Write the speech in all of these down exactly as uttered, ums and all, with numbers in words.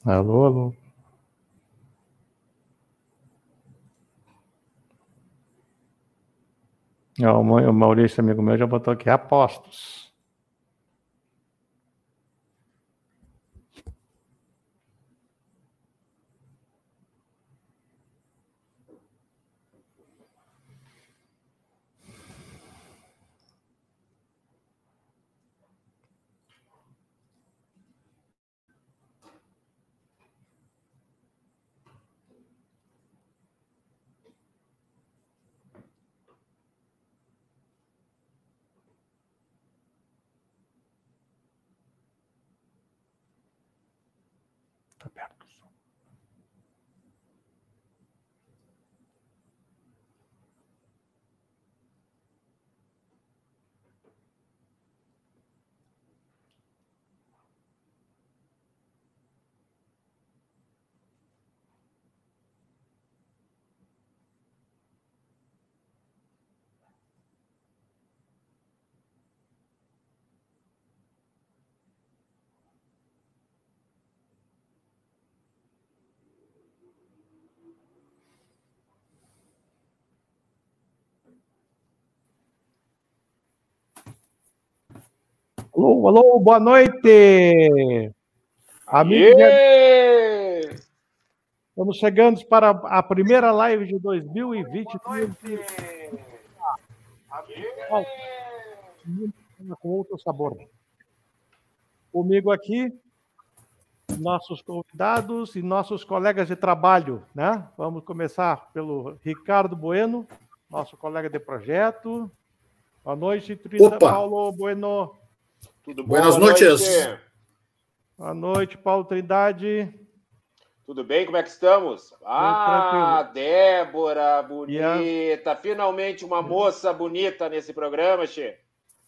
Alô, alô. Ó, o Maurício, amigo meu, já botou aqui apostos. Tá perto. Alô, alô, boa noite! Amigos, yeah! Estamos chegando para a primeira live de dois mil e vinte e três. Com outro sabor. Comigo aqui, nossos convidados e nossos colegas de trabalho, né? Vamos começar pelo Ricardo Bueno, nosso colega de projeto. Boa noite, Trinta, Paulo Bueno. Tudo bom? Buenas Boa noites. Noite. Boa noite, Paulo Trindade. Tudo bem? Como é que estamos? Ah, tranquilo. Débora, bonita. Finalmente uma moça bonita nesse programa, Che.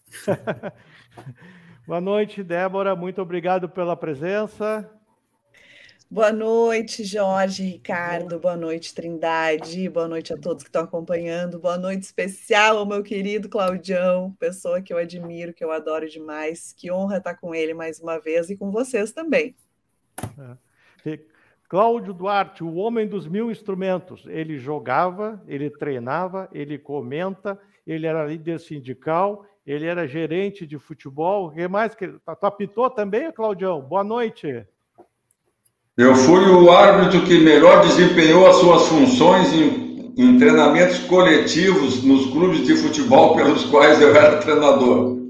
Boa noite, Débora. Muito obrigado pela presença. Boa noite, Jorge, Ricardo. Boa noite, Trindade. Boa noite a todos que estão acompanhando. Boa noite especial ao meu querido Claudião, pessoa que eu admiro, que eu adoro demais. Que honra estar com ele mais uma vez e com vocês também. É. Cláudio Duarte, o homem dos mil instrumentos. Ele jogava, ele treinava, ele comenta, ele era líder sindical, ele era gerente de futebol. O que mais? Tu apitou também, Claudião? Boa noite. Eu fui o árbitro que melhor desempenhou as suas funções em, em treinamentos coletivos nos clubes de futebol pelos quais eu era treinador.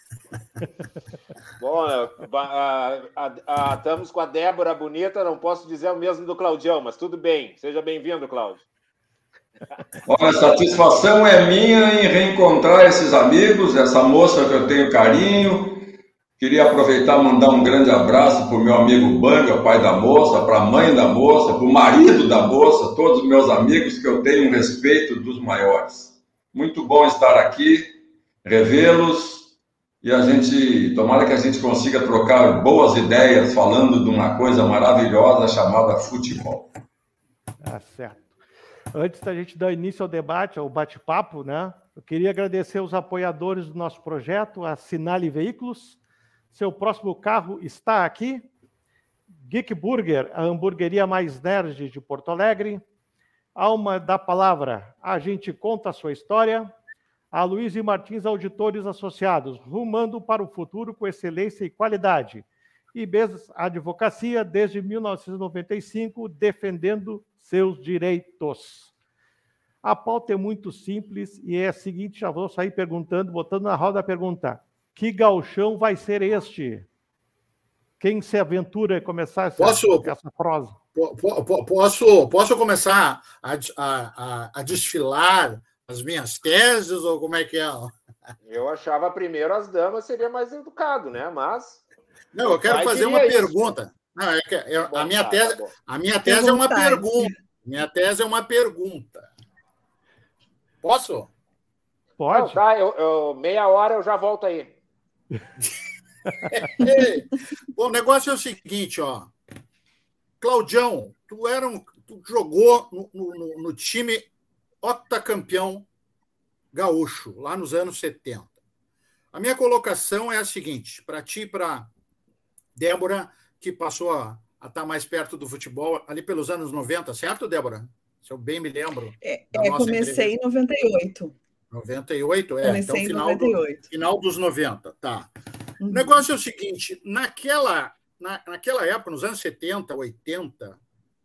Bom, a, a, a, estamos com a Débora bonita, não posso dizer o mesmo do Claudião, mas tudo bem. Seja bem-vindo, Cláudio. Olha, a satisfação é minha em reencontrar esses amigos, essa moça que eu tenho carinho. Queria aproveitar e mandar um grande abraço para o meu amigo Banga, pai da moça, para a mãe da moça, para o marido da moça, todos os meus amigos que eu tenho um respeito dos maiores. Muito bom estar aqui, revê-los, e a gente, tomara que a gente consiga trocar boas ideias falando de uma coisa maravilhosa chamada futebol. Ah, certo. Antes da gente dar início ao debate, ao bate-papo, né? Eu queria agradecer os apoiadores do nosso projeto, a Sinale Veículos. Seu próximo carro está aqui. Geek Burger, a hamburgueria mais nerd de Porto Alegre. Alma da Palavra, a gente conta a sua história. A Luiz e Martins Auditores Associados, rumando para o futuro com excelência e qualidade. E Bez Advocacia, desde mil novecentos e noventa e cinco, defendendo seus direitos. A pauta é muito simples e é a seguinte, já vou sair perguntando, botando na roda a pergunta. Que gauchão vai ser este? Quem se aventura a começar essa, posso, essa prosa? Posso, posso começar a, a, a desfilar as minhas teses, ou como é que é? Eu achava primeiro as damas seria mais educado, né? Mas... Não, eu quero fazer uma pergunta. Não, é que eu, bom, a minha tá, tese, tá a minha tese é uma pergunta. Minha tese é uma pergunta. Posso? Pode. Não, tá, eu, eu, meia hora eu já volto aí. Bom, o negócio é o seguinte, ó. Claudião, tu, era um, tu jogou no, no, no time octacampeão gaúcho, lá nos anos setenta. A minha colocação é a seguinte, para ti e para Débora, que passou a, a estar mais perto do futebol, ali pelos anos noventa, certo, Débora? Se eu bem me lembro. É, é comecei em noventa e oito. noventa e oito, é. Comecei Então, final, em noventa e oito. Do, final dos noventa, tá. Uhum. O negócio é o seguinte, naquela, na, naquela época, nos anos setenta, oitenta,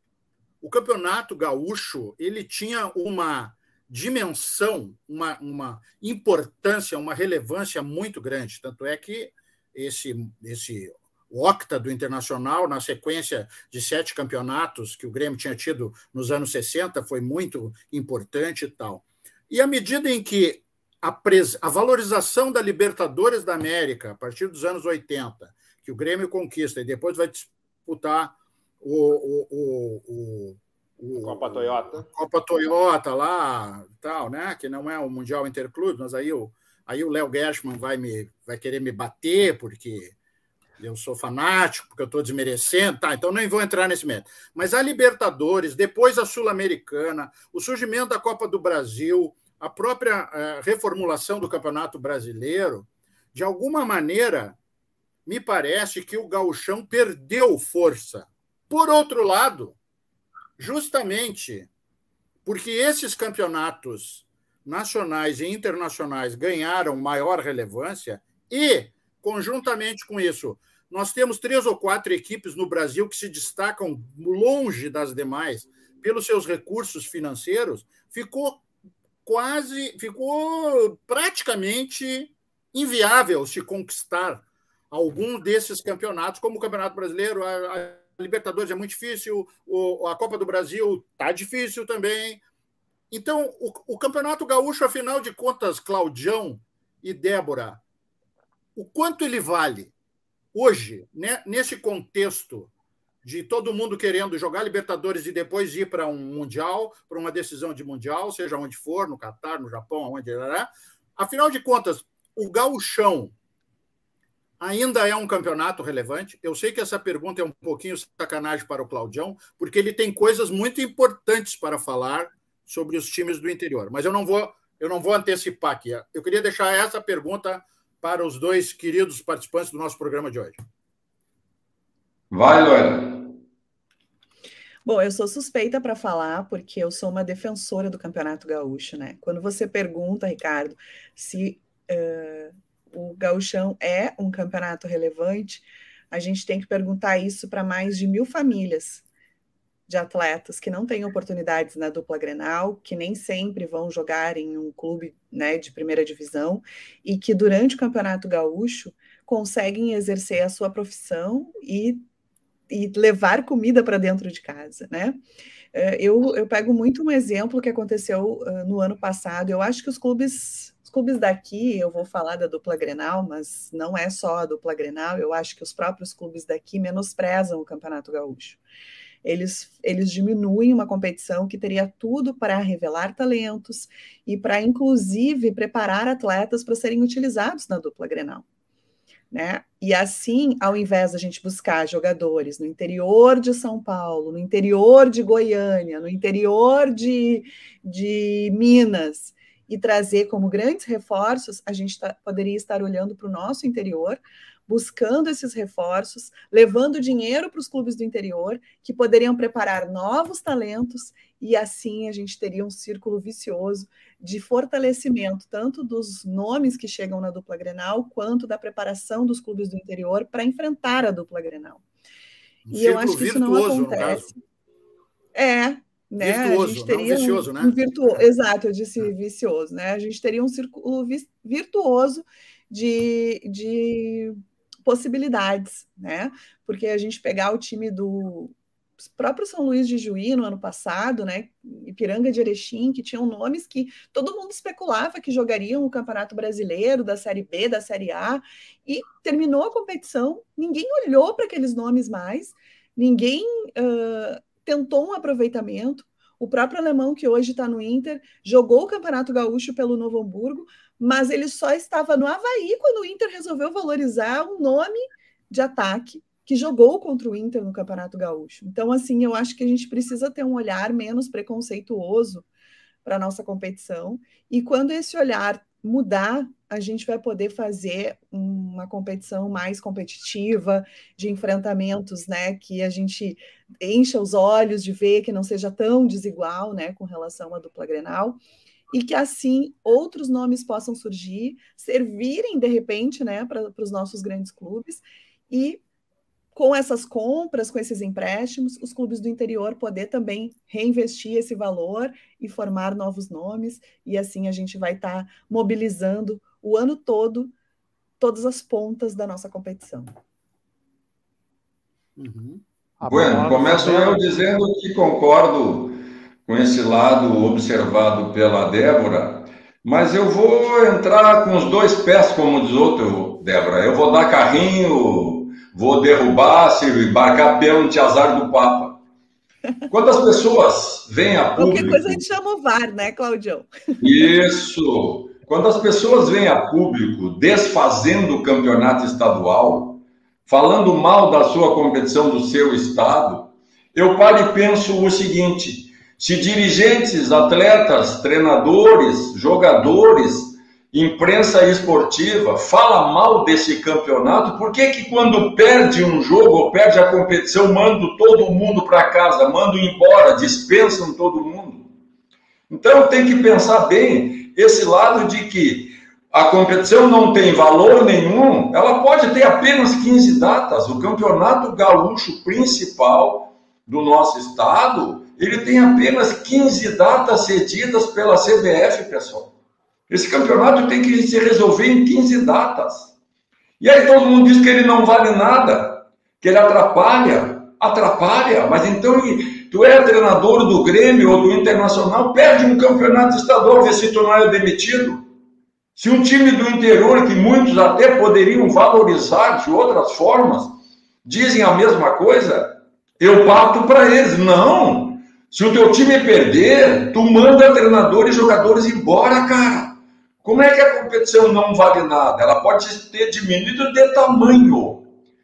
o Campeonato Gaúcho ele tinha uma dimensão, uma, uma importância, uma relevância muito grande. Tanto é que esse, esse octa do Internacional, na sequência de sete campeonatos que o Grêmio tinha tido nos anos sessenta, foi muito importante e tal. E à medida em que a, pres... a valorização da Libertadores da América, a partir dos anos oitenta, que o Grêmio conquista e depois vai disputar o, o, o, o, o Copa Toyota. A Copa Toyota lá, tal, né? Que não é o Mundial Interclubes, mas aí o aí o Léo Gershman vai me vai querer me bater porque eu sou fanático, porque eu estou desmerecendo, tá? Então nem vou entrar nesse mérito. Mas a Libertadores, depois a Sul-Americana, o surgimento da Copa do Brasil, a própria uh, reformulação do Campeonato Brasileiro, de alguma maneira, me parece que o gauchão perdeu força. Por outro lado, justamente porque esses campeonatos nacionais e internacionais ganharam maior relevância e, conjuntamente com isso, nós temos três ou quatro equipes no Brasil que se destacam longe das demais pelos seus recursos financeiros, ficou quase, ficou praticamente inviável se conquistar algum desses campeonatos, como o Campeonato Brasileiro, a, a Libertadores é muito difícil, o, a Copa do Brasil está difícil também. Então, o, o Campeonato Gaúcho, afinal de contas, Claudião e Débora, o quanto ele vale hoje, né, nesse contexto de todo mundo querendo jogar Libertadores e depois ir para um Mundial, para uma decisão de Mundial, seja onde for, no Catar, no Japão, onde era. Afinal de contas, o gauchão ainda é um campeonato relevante? Eu sei que essa pergunta é um pouquinho sacanagem para o Claudião, porque ele tem coisas muito importantes para falar sobre os times do interior, mas eu não vou, eu não vou antecipar aqui. Eu queria deixar essa pergunta para os dois queridos participantes do nosso programa de hoje. Vai, Loela. Bom, eu sou suspeita para falar, porque eu sou uma defensora do Campeonato Gaúcho, né? Quando você pergunta, Ricardo, se uh, o Gauchão é um campeonato relevante, a gente tem que perguntar isso para mais de mil famílias de atletas que não têm oportunidades na dupla Grenal, que nem sempre vão jogar em um clube, né, de primeira divisão, e que durante o Campeonato Gaúcho conseguem exercer a sua profissão e, e levar comida para dentro de casa, né? Eu, eu pego muito um exemplo que aconteceu uh, no ano passado. Eu acho que os clubes, os clubes daqui, eu vou falar da dupla Grenal, mas não é só a dupla Grenal, eu acho que os próprios clubes daqui menosprezam o Campeonato Gaúcho. Eles, eles diminuem uma competição que teria tudo para revelar talentos e para, inclusive, preparar atletas para serem utilizados na dupla Grenal, né? E assim, ao invés da gente buscar jogadores no interior de São Paulo, no interior de Goiânia, no interior de, de Minas, e trazer como grandes reforços, a gente tá, poderia estar olhando para o nosso interior, buscando esses reforços, levando dinheiro para os clubes do interior, que poderiam preparar novos talentos, e assim a gente teria um círculo vicioso de fortalecimento, tanto dos nomes que chegam na dupla Grenal, quanto da preparação dos clubes do interior para enfrentar a dupla Grenal. Um e eu acho que isso não acontece. É, né? Virtuoso, a gente teria não vicioso, um, né? um virtuoso, exato, eu disse vicioso, né? A gente teria um círculo virtuoso de, de possibilidades, né? Porque a gente pegar o time do próprio São Luís de Juí no ano passado, né? Ipiranga de Erechim, que tinham nomes que todo mundo especulava que jogariam o Campeonato Brasileiro, da Série B, da Série A, e terminou a competição, ninguém olhou para aqueles nomes mais, ninguém uh, tentou um aproveitamento. O próprio alemão, que hoje está no Inter, jogou o Campeonato Gaúcho pelo Novo Hamburgo, mas ele só estava no Avaí quando o Inter resolveu valorizar um nome de ataque que jogou contra o Inter no Campeonato Gaúcho. Então, assim, eu acho que a gente precisa ter um olhar menos preconceituoso para a nossa competição, e quando esse olhar mudar a gente vai poder fazer uma competição mais competitiva, de enfrentamentos, né, que a gente encha os olhos de ver, que não seja tão desigual, né, com relação à dupla Grenal, e que assim outros nomes possam surgir, servirem de repente, né, para os nossos grandes clubes, e com essas compras, com esses empréstimos, os clubes do interior poder também reinvestir esse valor e formar novos nomes, e assim a gente vai estar tá mobilizando o ano todo todas as pontas da nossa competição. Uhum. Bueno, começo eu dizendo que concordo com esse lado observado pela Débora, mas eu vou entrar com os dois pés, como diz outro, Débora. Eu vou dar carrinho, vou derrubar, se embarcar pênalti, azar do Papa. Quando as pessoas vêm a público... Qualquer coisa a gente chama o V A R, né, Claudião? Isso! Quando as pessoas vêm a público desfazendo o campeonato estadual, falando mal da sua competição do seu estado, eu paro e penso o seguinte: se dirigentes, atletas, treinadores, jogadores, imprensa esportiva fala mal desse campeonato, por que que quando perde um jogo ou perde a competição, mandam todo mundo para casa, mandam embora, dispensam todo mundo? Então tem que pensar bem esse lado de que a competição não tem valor nenhum, ela pode ter apenas quinze datas. O campeonato gaúcho principal do nosso estado, ele tem apenas quinze datas cedidas pela C B F, pessoal. Esse campeonato tem que se resolver em quinze datas. E aí todo mundo diz que ele não vale nada, que ele atrapalha. Atrapalha, mas então tu é treinador do Grêmio ou do Internacional, perde um campeonato estadual, vê se tu não é demitido. Se um time do interior, que muitos até poderiam valorizar de outras formas, dizem a mesma coisa, eu parto para eles. Não! Se o teu time perder, tu manda treinadores e jogadores embora, cara. Como é que a competição não vale nada? Ela pode ter diminuído de tamanho.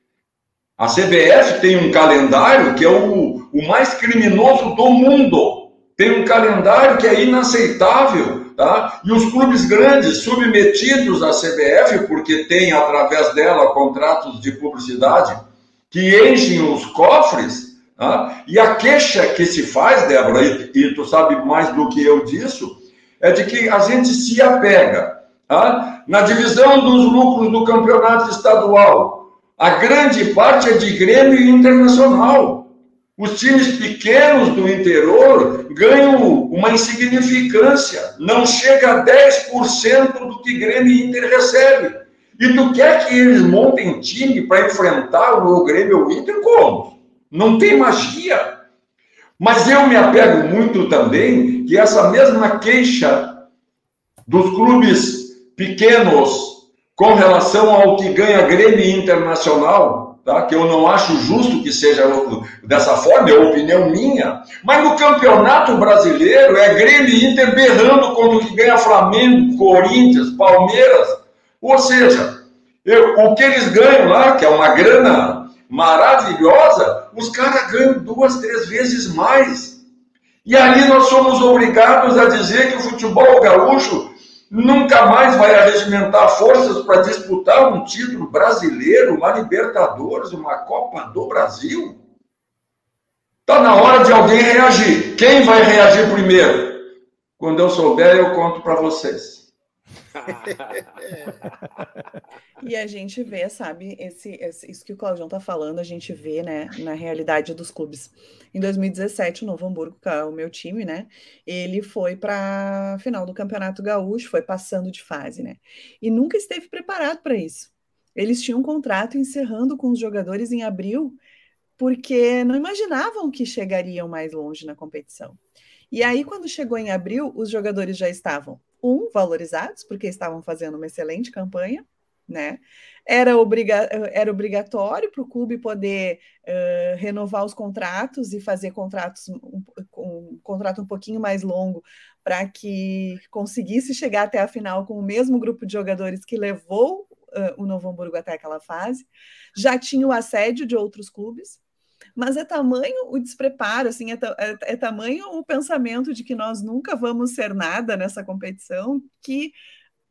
A C B F tem um calendário que é o, o mais criminoso do mundo. Tem um calendário que é inaceitável. Tá? E os clubes grandes, submetidos à C B F, porque tem, através dela, contratos de publicidade que enchem os cofres, tá? E a queixa que se faz, Débora, e, e tu sabe mais do que eu disso, é de que a gente se apega, tá? Na divisão dos lucros do campeonato estadual. A grande parte é de Grêmio e Internacional. Os times pequenos do interior ganham uma insignificância. Não chega a dez por cento do que Grêmio e Inter recebe. E tu quer que eles montem time para enfrentar o Grêmio ou o Inter? Como? Não tem magia. Mas eu me apego muito também que essa mesma queixa dos clubes pequenos com relação ao que ganha Grêmio e Internacional, tá? Que eu não acho justo que seja dessa forma, é opinião minha, mas no Campeonato Brasileiro é Grêmio e Inter berrando contra o que ganha Flamengo, Corinthians, Palmeiras. Ou seja, eu, o que eles ganham lá, que é uma grana maravilhosa, os caras ganham duas, três vezes mais. E aí nós somos obrigados a dizer que o futebol gaúcho nunca mais vai arregimentar forças para disputar um título brasileiro, uma Libertadores, uma Copa do Brasil. Está na hora de alguém reagir. Quem vai reagir primeiro? Quando eu souber, eu conto para vocês. E a gente vê, sabe, esse, esse, isso que o Claudião está falando, a gente vê, né, na realidade dos clubes. Em dois mil e dezessete, o Novo Hamburgo, que é o meu time, né, ele foi para a final do Campeonato Gaúcho, foi passando de fase, né, e nunca esteve preparado para isso. Eles tinham um contrato encerrando com os jogadores em abril, porque não imaginavam que chegariam mais longe na competição. E aí, quando chegou em abril, os jogadores já estavam, um, valorizados, porque estavam fazendo uma excelente campanha, né? Era, obriga era obrigatório para o clube poder uh, renovar os contratos e fazer contratos um, um contrato um pouquinho mais longo para que conseguisse chegar até a final com o mesmo grupo de jogadores que levou uh, o Novo Hamburgo até aquela fase. Já tinha o assédio de outros clubes, mas é tamanho o despreparo, assim, é, ta é, é tamanho o pensamento de que nós nunca vamos ser nada nessa competição, que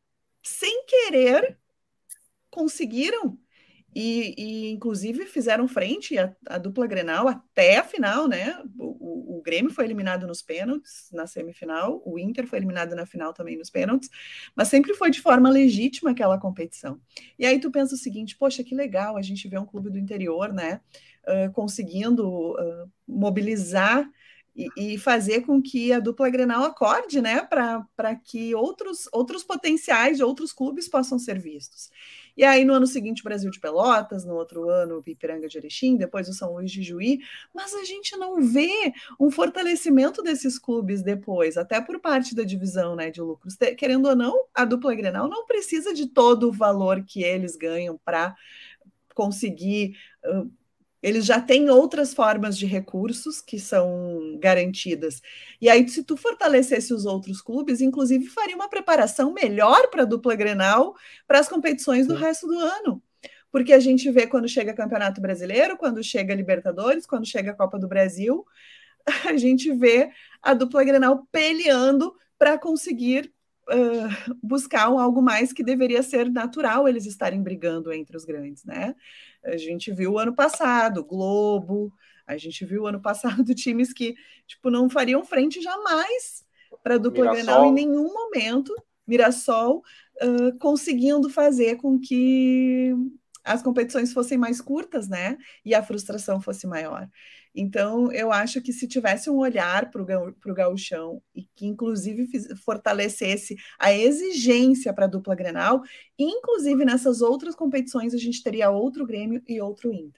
sem querer, conseguiram. E, e, inclusive, fizeram frente a, a dupla Grenal até a final, né? O, o, o Grêmio foi eliminado nos pênaltis na semifinal, o Inter foi eliminado na final também nos pênaltis, mas sempre foi de forma legítima aquela competição. E aí tu pensa o seguinte, poxa, que legal a gente vê um clube do interior, né? Uh, conseguindo uh, mobilizar e, e fazer com que a dupla Grenal acorde, né? Para que outros, outros potenciais de outros clubes possam ser vistos. E aí, no ano seguinte, o Brasil de Pelotas, no outro ano, o Ipiranga de Erechim, depois o São Luís de Juí, mas a gente não vê um fortalecimento desses clubes depois, até por parte da divisão, né, de lucros. Querendo ou não, a dupla Grenal não precisa de todo o valor que eles ganham para conseguir... Uh, eles já têm outras formas de recursos que são garantidas. E aí, se tu fortalecesse os outros clubes, inclusive faria uma preparação melhor para a dupla Grenal para as competições do resto do ano. Porque a gente vê quando chega Campeonato Brasileiro, quando chega Libertadores, quando chega a Copa do Brasil, a gente vê a dupla Grenal peleando para conseguir uh, buscar um algo mais que deveria ser natural eles estarem brigando entre os grandes, né? A gente viu o ano passado, Globo, a gente viu o ano passado times que tipo, não fariam frente jamais para a dupla Grenal em nenhum momento, Mirassol, uh, conseguindo fazer com que as competições fossem mais curtas, né? E a frustração fosse maior. Então, eu acho que se tivesse um olhar para o gauchão e que, inclusive, fiz, fortalecesse a exigência para a dupla Grenal, inclusive nessas outras competições a gente teria outro Grêmio e outro Inter.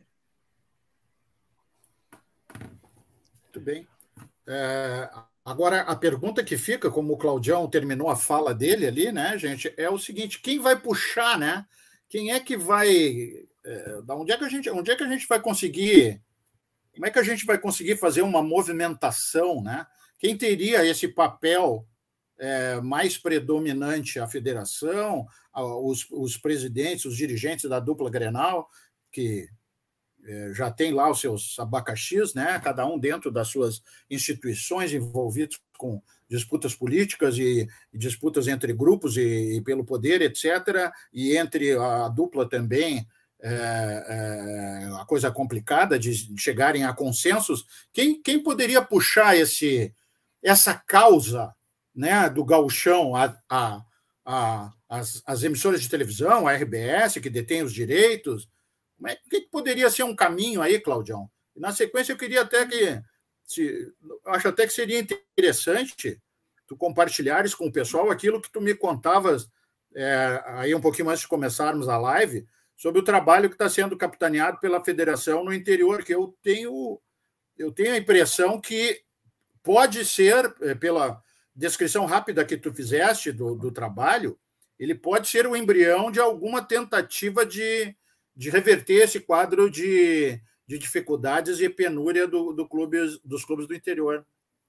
Muito bem. É, agora, a pergunta que fica, como o Claudião terminou a fala dele ali, né, gente, é o seguinte, quem vai puxar, né? Quem é que vai... É, da onde é que a gente, onde é que a gente vai conseguir... Como é que a gente vai conseguir fazer uma movimentação, né? Quem teria esse papel é, mais predominante? A federação, os, os presidentes, os dirigentes da dupla Grenal, que é, já tem lá os seus abacaxis, né? Cada um dentro das suas instituições envolvidos com disputas políticas e, e disputas entre grupos e, e pelo poder, etcétera, e entre a dupla também, É, é, a coisa complicada de chegarem a consensos. Quem, quem poderia puxar esse, essa causa, né, do gauchão, a, a, a, as, as emissoras de televisão, a R B S, que detém os direitos? Como é, que poderia ser um caminho aí, Claudião? E na sequência, eu queria até que, se, acho até que seria interessante tu compartilhares com o pessoal aquilo que tu me contavas é, aí um pouquinho antes de começarmos a live, sobre o trabalho que está sendo capitaneado pela federação no interior, que eu tenho, eu tenho a impressão que pode ser, pela descrição rápida que tu fizeste do, do trabalho, ele pode ser o embrião de alguma tentativa de, de reverter esse quadro de, de dificuldades e penúria do, do clube, dos clubes do interior.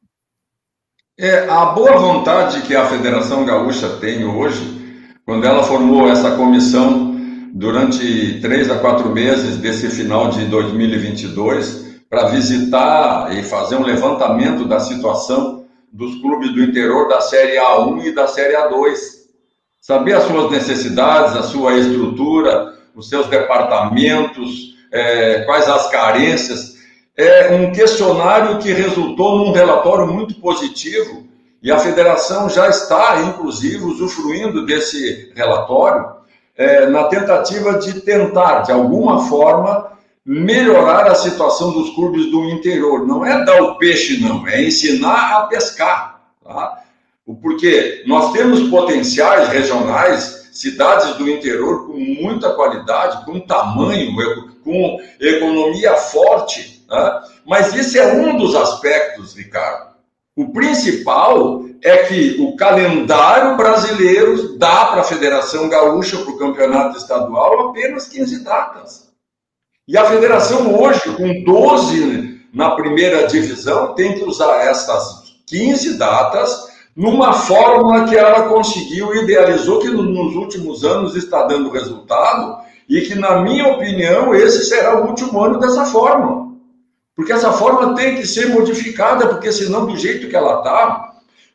É, a boa vontade que a Federação Gaúcha tem hoje, quando ela formou essa comissão durante três a quatro meses desse final de dois mil e vinte e dois, para visitar e fazer um levantamento da situação dos clubes do interior da Série A um e da Série A dois. Saber as suas necessidades, a sua estrutura, os seus departamentos, é, quais as carências. É um questionário que resultou num relatório muito positivo e a federação já está, inclusive, usufruindo desse relatório, É, na tentativa de tentar, de alguma forma, melhorar a situação dos clubes do interior. Não é dar o peixe, não, é ensinar a pescar. Tá? Porque nós temos potenciais regionais, cidades do interior com muita qualidade, com tamanho, com economia forte. Tá? Mas esse é um dos aspectos, Ricardo. O principal é que o calendário brasileiro dá para a Federação Gaúcha, para o campeonato estadual, apenas quinze datas. E a federação hoje, com doze na primeira divisão, tem que usar essas quinze datas numa fórmula que ela conseguiu, idealizou, que nos últimos anos está dando resultado, e que, na minha opinião, esse será o último ano dessa fórmula. Porque essa fórmula tem que ser modificada, porque senão, do jeito que ela está,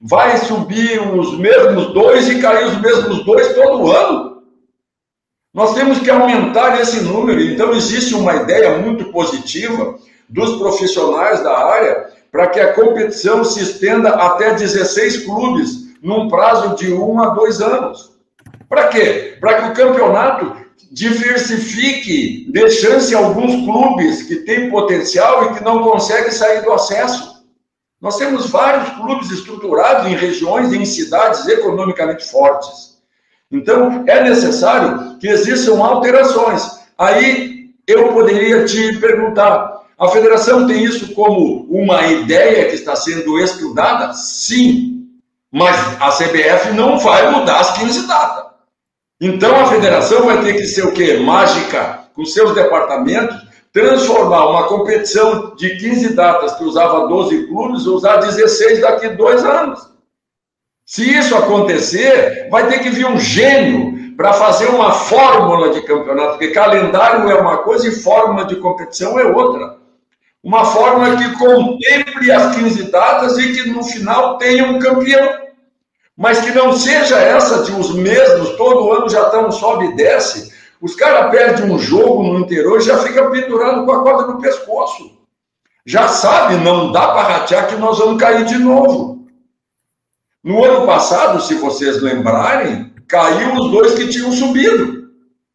vai subir os mesmos dois e cair os mesmos dois todo ano. Nós temos que aumentar esse número. Então, existe uma ideia muito positiva dos profissionais da área para que a competição se estenda até dezesseis clubes num prazo de um a dois anos. Para quê? Para que o campeonato diversifique, dê chance a alguns clubes que têm potencial e que não conseguem sair do acesso. Nós temos vários clubes estruturados em regiões e em cidades economicamente fortes. Então, é necessário que existam alterações. Aí, eu poderia te perguntar, a federação tem isso como uma ideia que está sendo estudada? Sim, mas a C B F não vai mudar as quinze datas. Então, a federação vai ter que ser o quê? Mágica, com seus departamentos, transformar uma competição de quinze datas que usava doze clubes, usar dezesseis daqui a dois anos. Se isso acontecer, vai ter que vir um gênio para fazer uma fórmula de campeonato, porque calendário é uma coisa e fórmula de competição é outra. Uma fórmula que contemple as quinze datas e que no final tenha um campeão. Mas que não seja essa de os mesmos, todo ano já estão sobe e desce. Os caras perdem um jogo no interior e já fica pendurado com a corda no pescoço. Já sabe, não dá para ratear que nós vamos cair de novo. No ano passado, se vocês lembrarem, caiu os dois que tinham subido.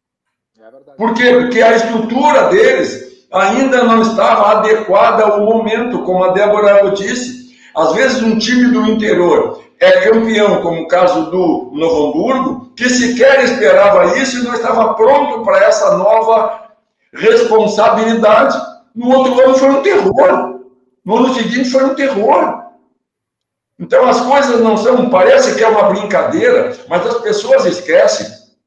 Por quê? Porque a estrutura deles ainda não estava adequada ao momento, como a Débora disse. Às vezes um time do interior é campeão, como o caso do Novo Hamburgo, que sequer esperava isso e não estava pronto para essa nova responsabilidade. No outro ano foi um terror. No ano seguinte foi um terror. Então as coisas não são, parece que é uma brincadeira, mas as pessoas esquecem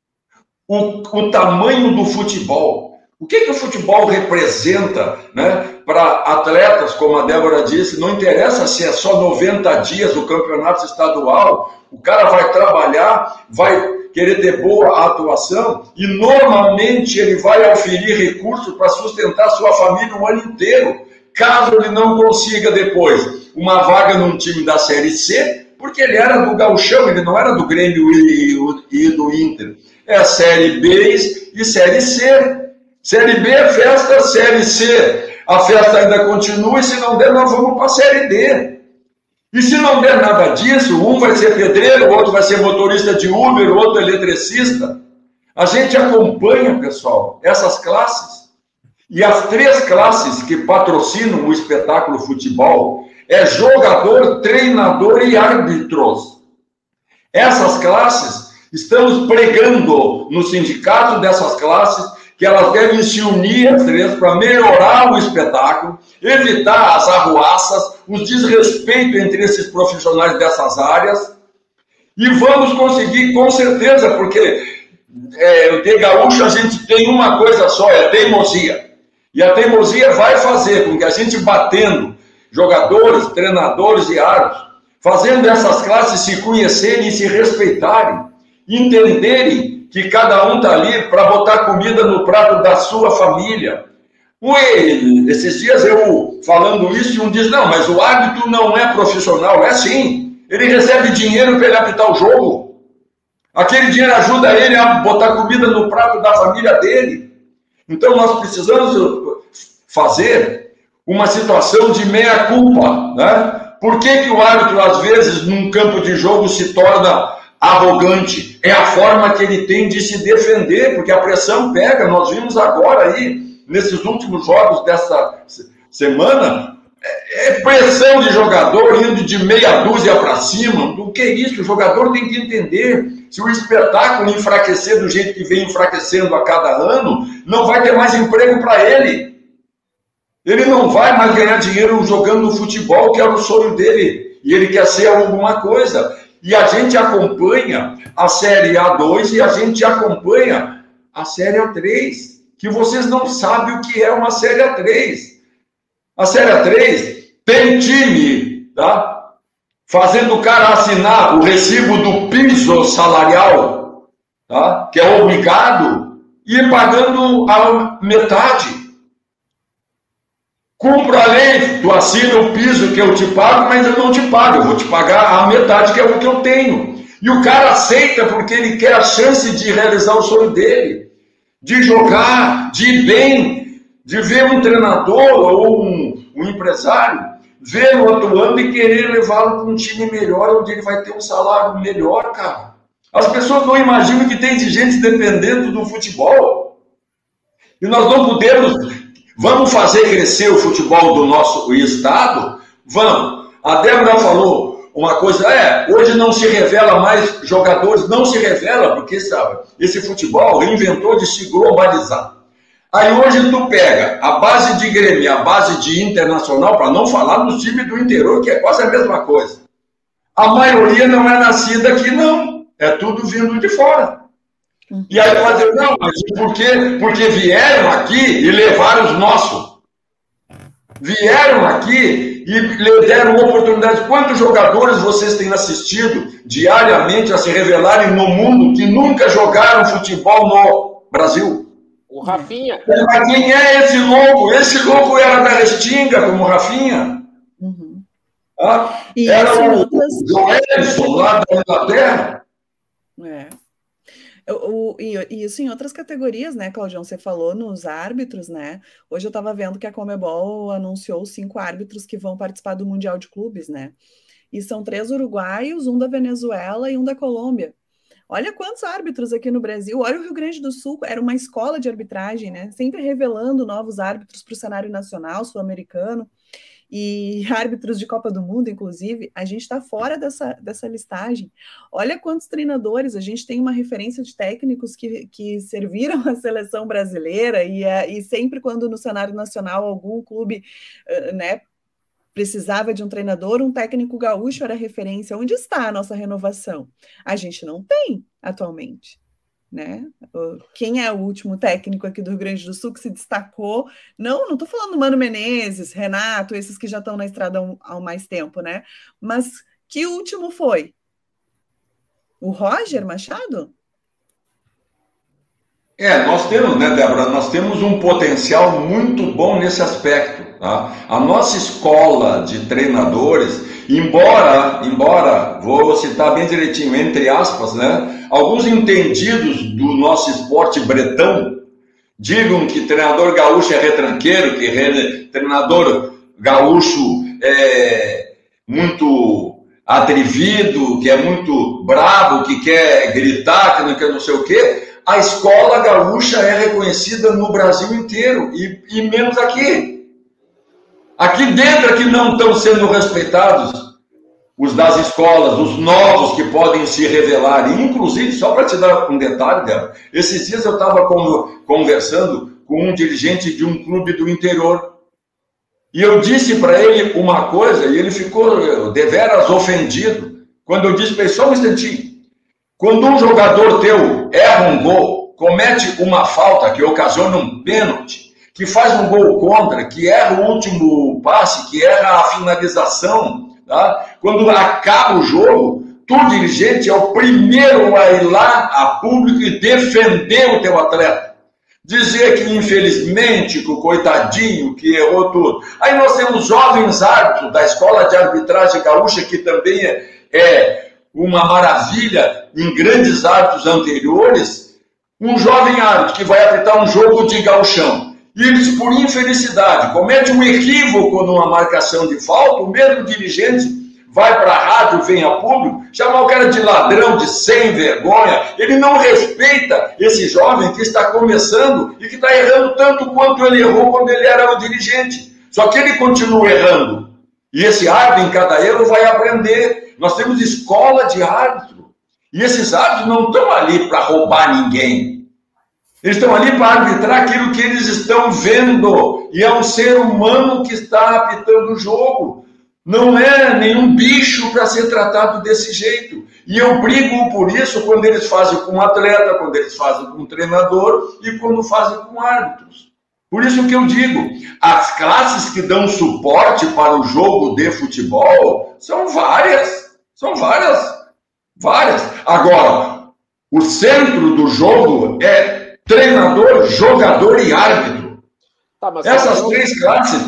o, o tamanho do futebol. O que, que o futebol representa, né, para atletas, como a Débora disse, não interessa se é só noventa dias o campeonato estadual, o cara vai trabalhar, vai querer ter boa atuação e normalmente ele vai oferir recursos para sustentar sua família o ano inteiro, caso ele não consiga depois uma vaga num time da Série C, porque ele era do Gauchão, ele não era do Grêmio e, e, e do Inter. É a Série B e Série C. Série B é festa, Série C, a festa ainda continua, e se não der, nós vamos para a Série D. E se não der nada disso, um vai ser pedreiro, o outro vai ser motorista de Uber, o outro eletricista. A gente acompanha, pessoal, essas classes. E as três classes que patrocinam o espetáculo futebol é jogador, treinador e árbitros. Essas classes, estamos pregando no sindicato dessas classes que elas devem se unir as três para melhorar o espetáculo, evitar as arruaças, os desrespeitos entre esses profissionais dessas áreas, e vamos conseguir com certeza, porque é, de gaúcho a gente tem uma coisa só, é teimosia. E a teimosia vai fazer com que a gente batendo jogadores, treinadores e árbitros, fazendo essas classes se conhecerem e se respeitarem, entenderem que cada um está ali para botar comida no prato da sua família. Ué, esses dias eu falando isso, e um diz, não, mas o árbitro não é profissional. É sim, ele recebe dinheiro para ele apitar o jogo. Aquele dinheiro ajuda ele a botar comida no prato da família dele. Então nós precisamos fazer uma situação de meia-culpa, né? Por que que o árbitro, às vezes, num campo de jogo se torna arrogante? É a forma que ele tem de se defender, porque a pressão pega. Nós vimos agora aí, nesses últimos jogos dessa semana, é pressão de jogador indo de meia dúzia para cima. O que é isso? O jogador tem que entender. Se o espetáculo enfraquecer do jeito que vem enfraquecendo a cada ano, não vai ter mais emprego para ele. Ele não vai mais ganhar dinheiro jogando no futebol, que era o sonho dele. E ele quer ser alguma coisa. E a gente acompanha a Série A dois e a gente acompanha a Série A três, que vocês não sabem o que é uma Série A três. A Série A três tem time, tá? Fazendo o cara assinar o recibo do piso salarial, tá? Que é obrigado, e pagando a metade. Cumpro a lei, tu assina o piso que eu te pago, mas eu não te pago, eu vou te pagar a metade que é o que eu tenho. E o cara aceita porque ele quer a chance de realizar o sonho dele, de jogar, de ir bem, de ver um treinador ou um, um empresário, vê-lo atuando e querer levá-lo para um time melhor, onde ele vai ter um salário melhor, cara. As pessoas não imaginam que tem de gente dependendo do futebol. E nós não podemos... Vamos fazer crescer o futebol do nosso estado? Vamos. A Débora falou uma coisa, é, hoje não se revela mais jogadores, não se revela, porque sabe, esse futebol inventou de se globalizar. Aí hoje tu pega a base de Grêmio, a base de Internacional, para não falar dos times do interior, que é quase a mesma coisa. A maioria não é nascida aqui, não. É tudo vindo de fora. E aí vai dizer, não, mas por quê? Porque vieram aqui e levaram os nossos. Vieram aqui e lhe deram oportunidade. Quantos jogadores vocês têm assistido diariamente a se revelarem no mundo que nunca jogaram futebol no Brasil? O Rafinha. Mas quem é esse louco? Esse louco era da Restinga, como o Rafinha. Uhum. Ah, e era o outras... Joelson, lá da Inglaterra. É. O, e, e isso em outras categorias, né, Claudião? Você falou nos árbitros, né? Hoje eu estava vendo que a Conmebol anunciou cinco árbitros que vão participar do Mundial de Clubes, né? E são três uruguaios, um da Venezuela e um da Colômbia. Olha quantos árbitros aqui no Brasil. Olha o Rio Grande do Sul, era uma escola de arbitragem, né? Sempre revelando novos árbitros para o cenário nacional, sul-americano. E árbitros de Copa do Mundo, inclusive, a gente está fora dessa, dessa listagem. Olha quantos treinadores, a gente tem uma referência de técnicos que, que serviram a seleção brasileira e, e sempre quando no cenário nacional algum clube né, precisava de um treinador, um técnico gaúcho era referência. Onde está a nossa renovação? A gente não tem atualmente. Né? Quem é o último técnico aqui do Rio Grande do Sul que se destacou? Não, não estou falando do Mano Menezes, Renato, esses que já estão na estrada há mais tempo, né? Mas que último foi? O Roger Machado? É, nós temos, né, Débora, nós temos um potencial muito bom nesse aspecto, tá? A nossa escola de treinadores, embora, embora, vou citar bem direitinho, entre aspas, né, alguns entendidos do nosso esporte bretão digam que treinador gaúcho é retranqueiro, que re... treinador gaúcho é muito atrevido, que é muito bravo, que quer gritar, que não quer não sei o quê. A escola gaúcha é reconhecida no Brasil inteiro, e, e menos aqui. Aqui dentro é que não estão sendo respeitados os das escolas, os novos que podem se revelar. E, inclusive, só para te dar um detalhe, Débora, esses dias eu estava conversando com um dirigente de um clube do interior. E eu disse para ele uma coisa, e ele ficou deveras ofendido, quando eu disse para ele, só um instantinho. Quando um jogador teu erra um gol, comete uma falta que ocasiona um pênalti, que faz um gol contra, que erra o último passe, que erra a finalização, tá? Quando acaba o jogo, tu, dirigente, é o primeiro a ir lá a público e defender o teu atleta. Dizer que, infelizmente, que o coitadinho, que errou tudo. Aí nós temos jovens árbitros da Escola de Arbitragem Gaúcha, que também é... é uma maravilha em grandes árbitros anteriores, um jovem árbitro que vai apitar um jogo de gauchão, e eles, por infelicidade, comete um equívoco numa marcação de falta, o mesmo dirigente vai para a rádio, vem a público, chamar o cara de ladrão, de sem vergonha, ele não respeita esse jovem que está começando e que está errando tanto quanto ele errou quando ele era o dirigente, só que ele continua errando, e esse árbitro em cada erro vai aprender. Nós temos escola de árbitro. E esses árbitros não estão ali para roubar ninguém. Eles estão ali para arbitrar aquilo que eles estão vendo. E é um ser humano que está apitando o jogo. Não é nenhum bicho para ser tratado desse jeito. E eu brigo por isso quando eles fazem com um atleta, quando eles fazem com um treinador e quando fazem com árbitros. Por isso que eu digo, as classes que dão suporte para o jogo de futebol são várias. São várias, várias. Agora, o centro do jogo é treinador, jogador e árbitro. Tá, mas essas eu... três classes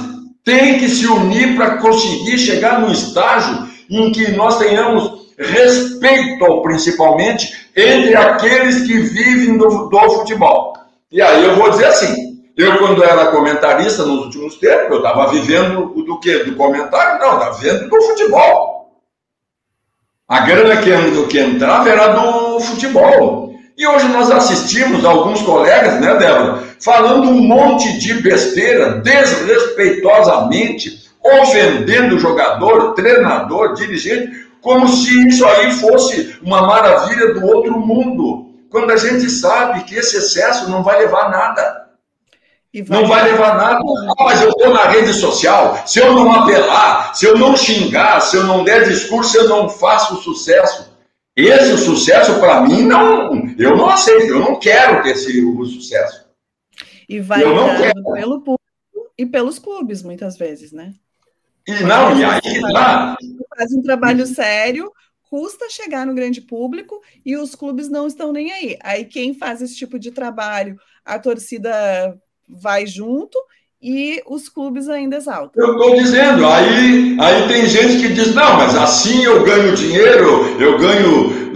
tem que se unir para conseguir chegar no estágio em que nós tenhamos respeito, principalmente, entre aqueles que vivem do, do futebol. E aí eu vou dizer assim, eu quando era comentarista nos últimos tempos, eu estava vivendo do quê? Do comentário? Não, estava vivendo do futebol. A grana que, que entrava era do futebol. E hoje nós assistimos alguns colegas, né, Débora, falando um monte de besteira, desrespeitosamente, ofendendo o jogador, treinador, dirigente, como se isso aí fosse uma maravilha do outro mundo, quando a gente sabe que esse excesso não vai levar a nada. Vai não vai levar a nada. Ah, mas eu estou na rede social, se eu não apelar, se eu não xingar, se eu não der discurso, eu não faço sucesso. Esse sucesso, para mim, não, eu não aceito, eu não quero ter esse o sucesso. E vai dando pelo público e pelos clubes, muitas vezes, né? E não, e aí lá... Faz um trabalho sério, custa chegar no grande público e os clubes não estão nem aí. Aí quem faz esse tipo de trabalho, a torcida vai junto e os clubes ainda exaltam. Eu estou dizendo, aí, aí tem gente que diz, não, mas assim eu ganho dinheiro, eu ganho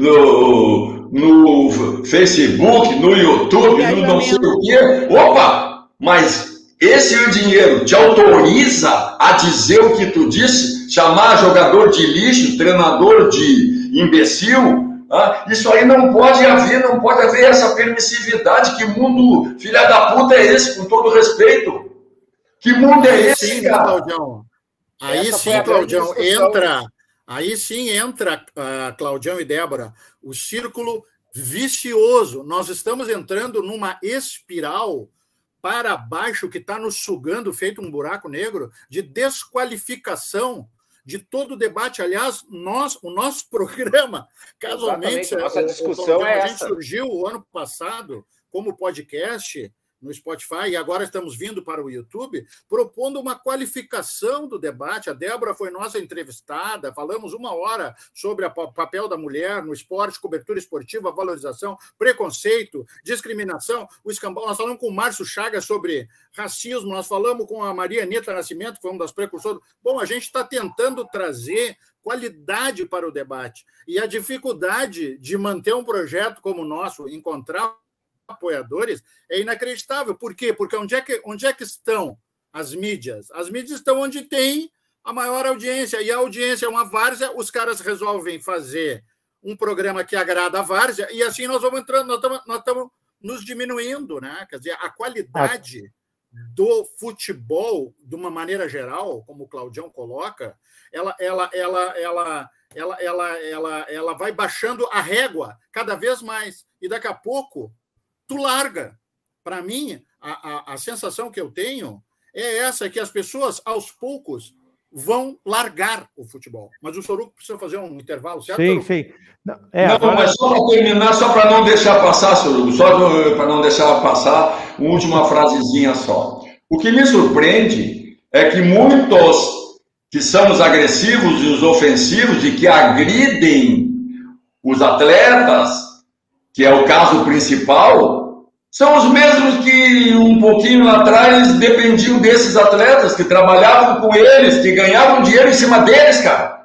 no, no Facebook, no YouTube, no não sei o quê. Opa, mas esse dinheiro te autoriza a dizer o que tu disse, chamar jogador de lixo, treinador de imbecil? Ah, isso aí não pode haver, não pode haver essa permissividade. Que mundo filha da puta é esse, com todo respeito? Que mundo é esse, sim, cara? Claudião. Aí Essa sim, Claudião, entra, aí sim entra, uh, Claudião e Débora, o círculo vicioso. Nós estamos entrando numa espiral para baixo que está nos sugando, feito um buraco negro, de desqualificação de todo o debate. Aliás, nós, o nosso programa, casualmente, a nossa discussão o, o, é a essa. gente surgiu o ano passado como podcast no Spotify, e agora estamos vindo para o YouTube, propondo uma qualificação do debate. A Débora foi nossa entrevistada, falamos uma hora sobre o papel da mulher no esporte, cobertura esportiva, valorização, preconceito, discriminação, o escambau. Nós falamos com o Márcio Chagas sobre racismo, nós falamos com a Maria Anitta Nascimento, que foi uma das precursoras. Bom, a gente está tentando trazer qualidade para o debate. E a dificuldade de manter um projeto como o nosso, encontrar apoiadores, é inacreditável. Por quê? Porque onde é que, onde é que estão as mídias? As mídias estão onde tem a maior audiência, e a audiência é uma várzea, os caras resolvem fazer um programa que agrada a várzea, e assim nós vamos entrando, nós estamos, nós estamos nos diminuindo, né? Quer dizer, a qualidade do futebol, de uma maneira geral, como o Claudião coloca, ela, ela, ela, ela, ela, ela, ela, ela vai baixando a régua cada vez mais, e daqui a pouco tu larga. Para mim, a, a, a sensação que eu tenho é essa, que as pessoas, aos poucos, vão largar o futebol. Mas o Soruco precisa fazer um intervalo, certo? Sim, sim. Não, é, não agora... mas só para terminar, só para não deixar passar, Soruco, só para não deixar passar, uma última frasezinha só. O que me surpreende é que muitos que são os agressivos e os ofensivos e que agridem os atletas, que é o caso principal, são os mesmos que um pouquinho lá atrás dependiam desses atletas, que trabalhavam com eles, que ganhavam dinheiro em cima deles, cara.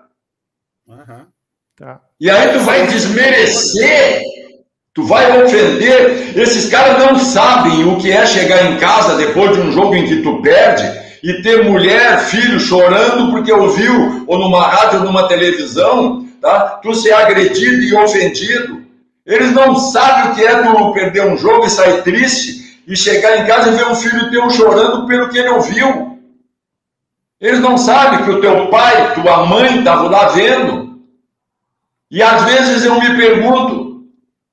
Uhum. Tá. E aí tu vai desmerecer, tu vai ofender. Esses caras não sabem o que é chegar em casa depois de um jogo em que tu perde e ter mulher, filho chorando porque ouviu, ou numa rádio ou numa televisão, tá? Tu ser agredido e ofendido. Eles não sabem o que é tu perder um jogo e sair triste e chegar em casa e ver um filho teu chorando pelo que ele ouviu. Eles não sabem que o teu pai, tua mãe estavam lá vendo. E às vezes eu me pergunto,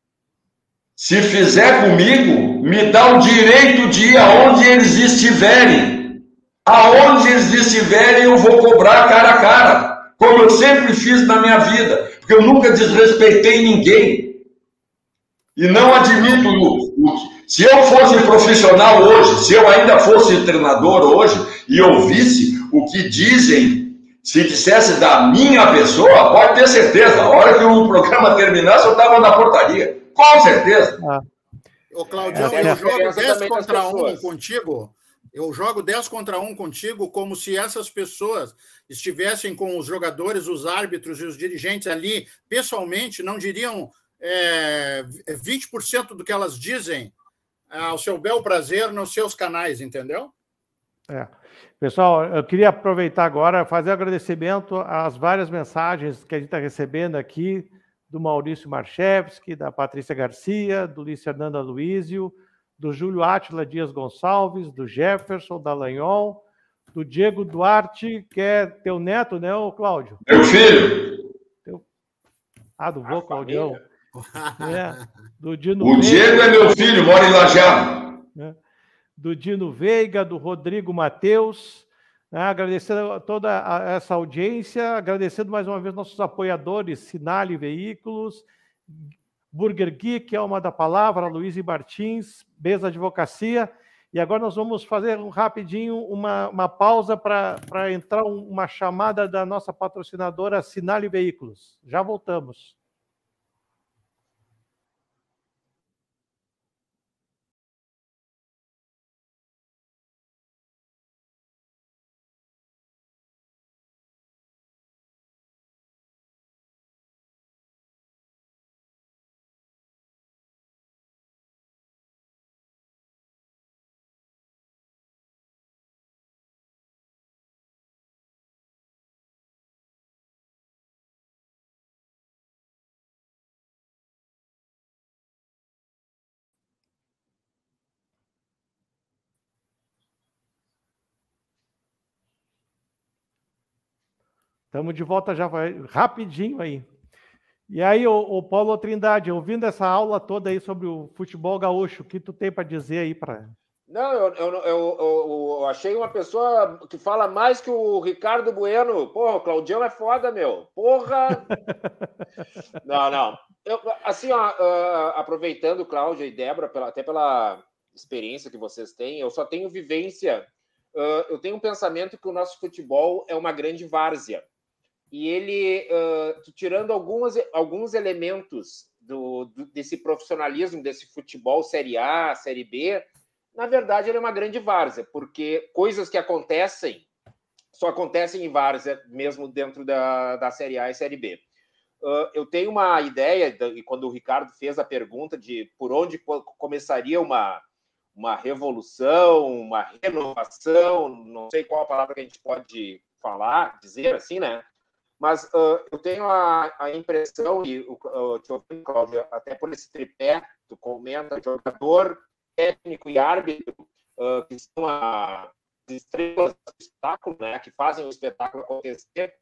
se fizer comigo, me dá o direito de ir aonde eles estiverem. Aonde eles estiverem eu vou cobrar cara a cara, como eu sempre fiz na minha vida, porque eu nunca desrespeitei ninguém. E não admito, se eu fosse profissional hoje, se eu ainda fosse treinador hoje e ouvisse o que dizem, se dissesse da minha pessoa, pode ter certeza, a hora que o programa terminasse eu estava na portaria, com certeza. Ah. Ô Claudião, é, eu jogo dez contra um contigo, Eu jogo dez contra um contigo como se essas pessoas estivessem com os jogadores, os árbitros e os dirigentes ali, pessoalmente, não diriam é, vinte por cento do que elas dizem ao seu bel prazer nos seus canais, entendeu? É. Pessoal, eu queria aproveitar agora, fazer agradecimento às várias mensagens que a gente está recebendo aqui, do Maurício Marchevski, da Patrícia Garcia, do Luiz Fernando Aloísio, do Júlio Átila Dias Gonçalves, do Jefferson Dallagnol, do Diego Duarte, que é teu neto, né, ô Cláudio? Meu filho! Teu... Ah, do vô Claudião. É. Do Dino o Veiga, Diego é meu filho, mora em Lajeado. Né? Do Dino Veiga, do Rodrigo Mateus, né? Agradecendo a toda a, essa audiência, agradecendo mais uma vez nossos apoiadores, Sinali Veículos, Burger Geek, Alma da Palavra, Luiz e Martins, Beza Advocacia. E agora nós vamos fazer um rapidinho uma, uma pausa para entrar um, uma chamada da nossa patrocinadora Sinali Veículos. Já voltamos. Estamos de volta já, vai rapidinho aí. E aí, o, o Paulo Trindade, ouvindo essa aula toda aí sobre o futebol gaúcho, o que tu tem para dizer aí para... Não, eu, eu, eu, eu achei uma pessoa que fala mais que o Ricardo Bueno. Porra, o Claudião é foda, meu. Porra! Não, não. Eu, assim, ó, uh, aproveitando, Cláudio e Débora, pela, até pela experiência que vocês têm, eu só tenho vivência. Uh, eu tenho um pensamento que o nosso futebol é uma grande várzea. E ele, uh, tirando algumas, alguns elementos do, do, desse profissionalismo, desse futebol Série A, Série B, na verdade ele é uma grande várzea, porque coisas que acontecem só acontecem em várzea, mesmo dentro da, da Série A e Série B. Uh, eu tenho uma ideia, e quando o Ricardo fez a pergunta de por onde começaria uma, uma revolução, uma renovação, não sei qual a palavra que a gente pode falar, dizer assim, né? Mas uh, eu tenho a, a impressão, e uh, te ouvindo, Cláudio, até por esse tripé, tu comenta, jogador, técnico e árbitro, uh, que são as estrelas do espetáculo, né, que fazem o espetáculo acontecer.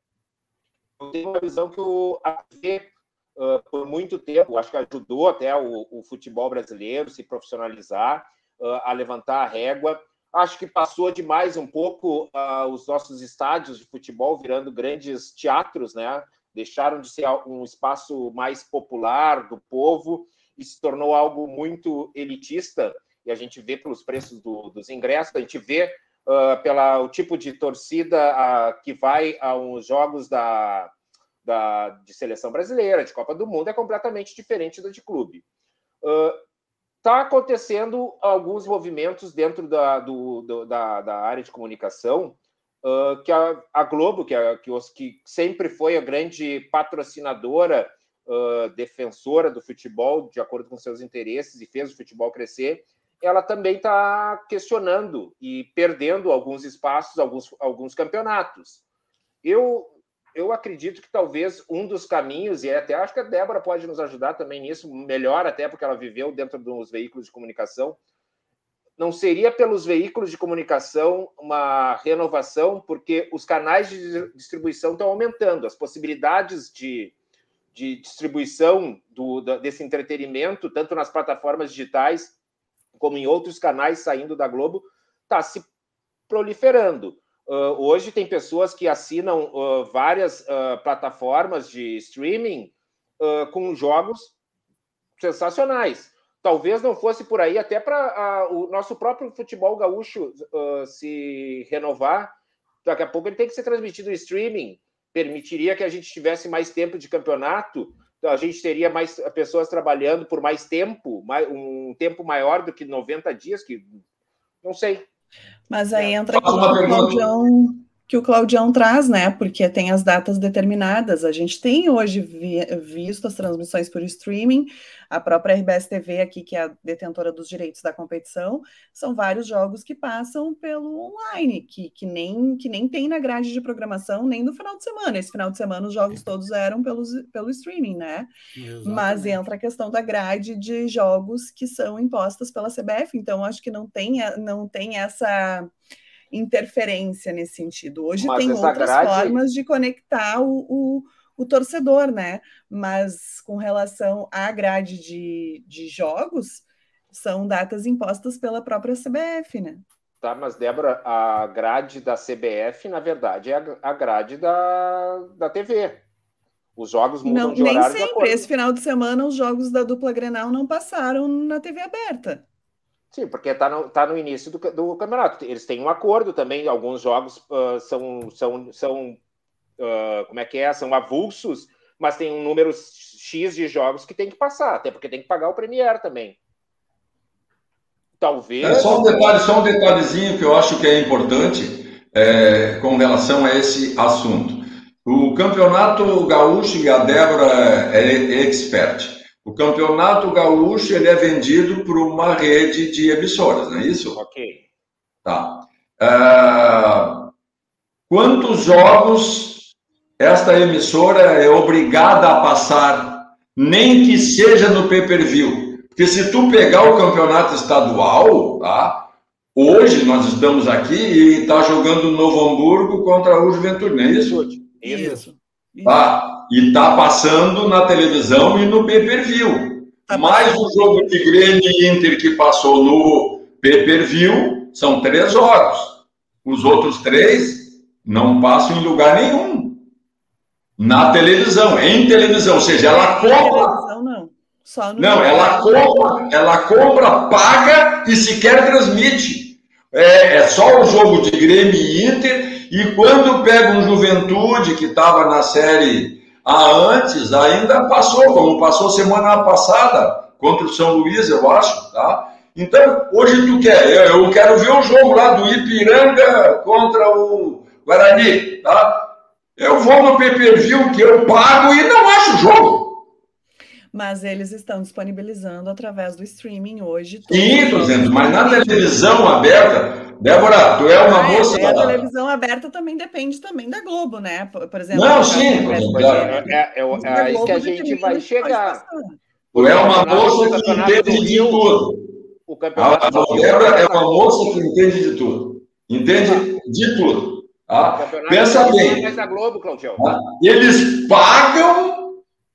Eu tenho uma visão que o A V, uh, por muito tempo, acho que ajudou até o, o futebol brasileiro se profissionalizar, uh, a levantar a régua. Acho que passou demais um pouco uh, os nossos estádios de futebol virando grandes teatros, né? Deixaram de ser um espaço mais popular do povo e se tornou algo muito elitista. E a gente vê pelos preços do, dos ingressos, a gente vê uh, pela o tipo de torcida uh, que vai aos jogos da, da, de seleção brasileira, de Copa do Mundo, é completamente diferente da de clube. Uh, Está acontecendo alguns movimentos dentro da, do, do, da, da área de comunicação, uh, que a, a Globo, que, a, que, os, que sempre foi a grande patrocinadora, uh, defensora do futebol, de acordo com seus interesses, e fez o futebol crescer, ela também está questionando e perdendo alguns espaços, alguns, alguns campeonatos. Eu... Eu acredito que talvez um dos caminhos, e até acho que a Débora pode nos ajudar também nisso, melhor até porque ela viveu dentro dos veículos de comunicação, não seria pelos veículos de comunicação uma renovação, porque os canais de distribuição estão aumentando, as possibilidades de, de distribuição do, desse entretenimento, tanto nas plataformas digitais como em outros canais saindo da Globo, está se proliferando. Uh, hoje tem pessoas que assinam uh, várias uh, plataformas de streaming uh, com jogos sensacionais. Talvez não fosse por aí, até para uh, o nosso próprio futebol gaúcho uh, se renovar. Daqui a pouco ele tem que ser transmitido em streaming. Permitiria que a gente tivesse mais tempo de campeonato, a gente teria mais pessoas trabalhando por mais tempo, mais, um tempo maior do que noventa dias, que não sei. Mas aí entra aqui o Claudião, que o Claudião traz, né? Porque tem as datas determinadas. A gente tem hoje vi, visto as transmissões por streaming, a própria R B S T V aqui, que é a detentora dos direitos da competição, são vários jogos que passam pelo online, que, que, nem, que nem tem na grade de programação, nem no final de semana. Esse final de semana os jogos todos eram pelos, pelo streaming, né? Exatamente. Mas entra a questão da grade de jogos que são impostas pela C B F, então acho que não tem, não tem essa interferência nesse sentido. Hoje Mas tem outras grade... formas de conectar o, o, o torcedor, né? Mas com relação à grade de, de jogos, são datas impostas pela própria C B F, né? Tá, mas Débora, a grade da C B F, na verdade, é a grade da, da T V. Os jogos mudam não, de horário. Nem sempre. De acordo. Esse final de semana, os jogos da dupla Grenal não passaram na T V aberta. Sim, porque está no, tá no início do, do campeonato. Eles têm um acordo também. Alguns jogos uh, são, são, são uh, como é que é? São avulsos, mas tem um número X de jogos que tem que passar, até porque tem que pagar o Premier também. Talvez... É só um detalhe, só um detalhezinho que eu acho que é importante é, com relação a esse assunto. O Campeonato Gaúcho, e a Débora é expert. O Campeonato Gaúcho ele é vendido por uma rede de emissoras, não é isso? Ok. Tá. Uh, quantos jogos esta emissora é obrigada a passar, nem que seja no pay-per-view? Porque se tu pegar o campeonato estadual, tá? Hoje nós estamos aqui e está jogando Novo Hamburgo contra o Juventude, não é isso? Isso. isso. Tá. E está passando na televisão e no pay-per-view. Tá Mais o jogo de Grêmio e Inter que passou no pay-per-view são três jogos. Os outros três não passam em lugar nenhum. Na televisão, em televisão. Ou seja, ela compra... Não, Só no não ela compra, ela compra, paga e sequer transmite. É, é só o jogo de Grêmio e Inter... E quando pega um Juventude que estava na Série A antes, ainda passou, como passou semana passada, contra o São Luís, eu acho, tá? Então, hoje tu quer, eu, eu quero ver o jogo lá do Ipiranga contra o Guarani, tá? Eu vou no pay-per-view que eu pago e não acho o jogo. Mas eles estão disponibilizando através do streaming hoje. Sim, tô dizendo, mas na televisão aberta... Débora, tu é uma ah, moça... É, a televisão aberta também depende também da Globo, né? Por, por exemplo... Não, sim. Por exemplo, é, é, é, é aí que a gente vai chegar. Tu é uma moça que entende de tudo. O campeonato a Débora é uma moça que entende de tudo. Entende de tudo. Tá? Pensa bem. É da Globo, Claudião. Tá? Eles pagam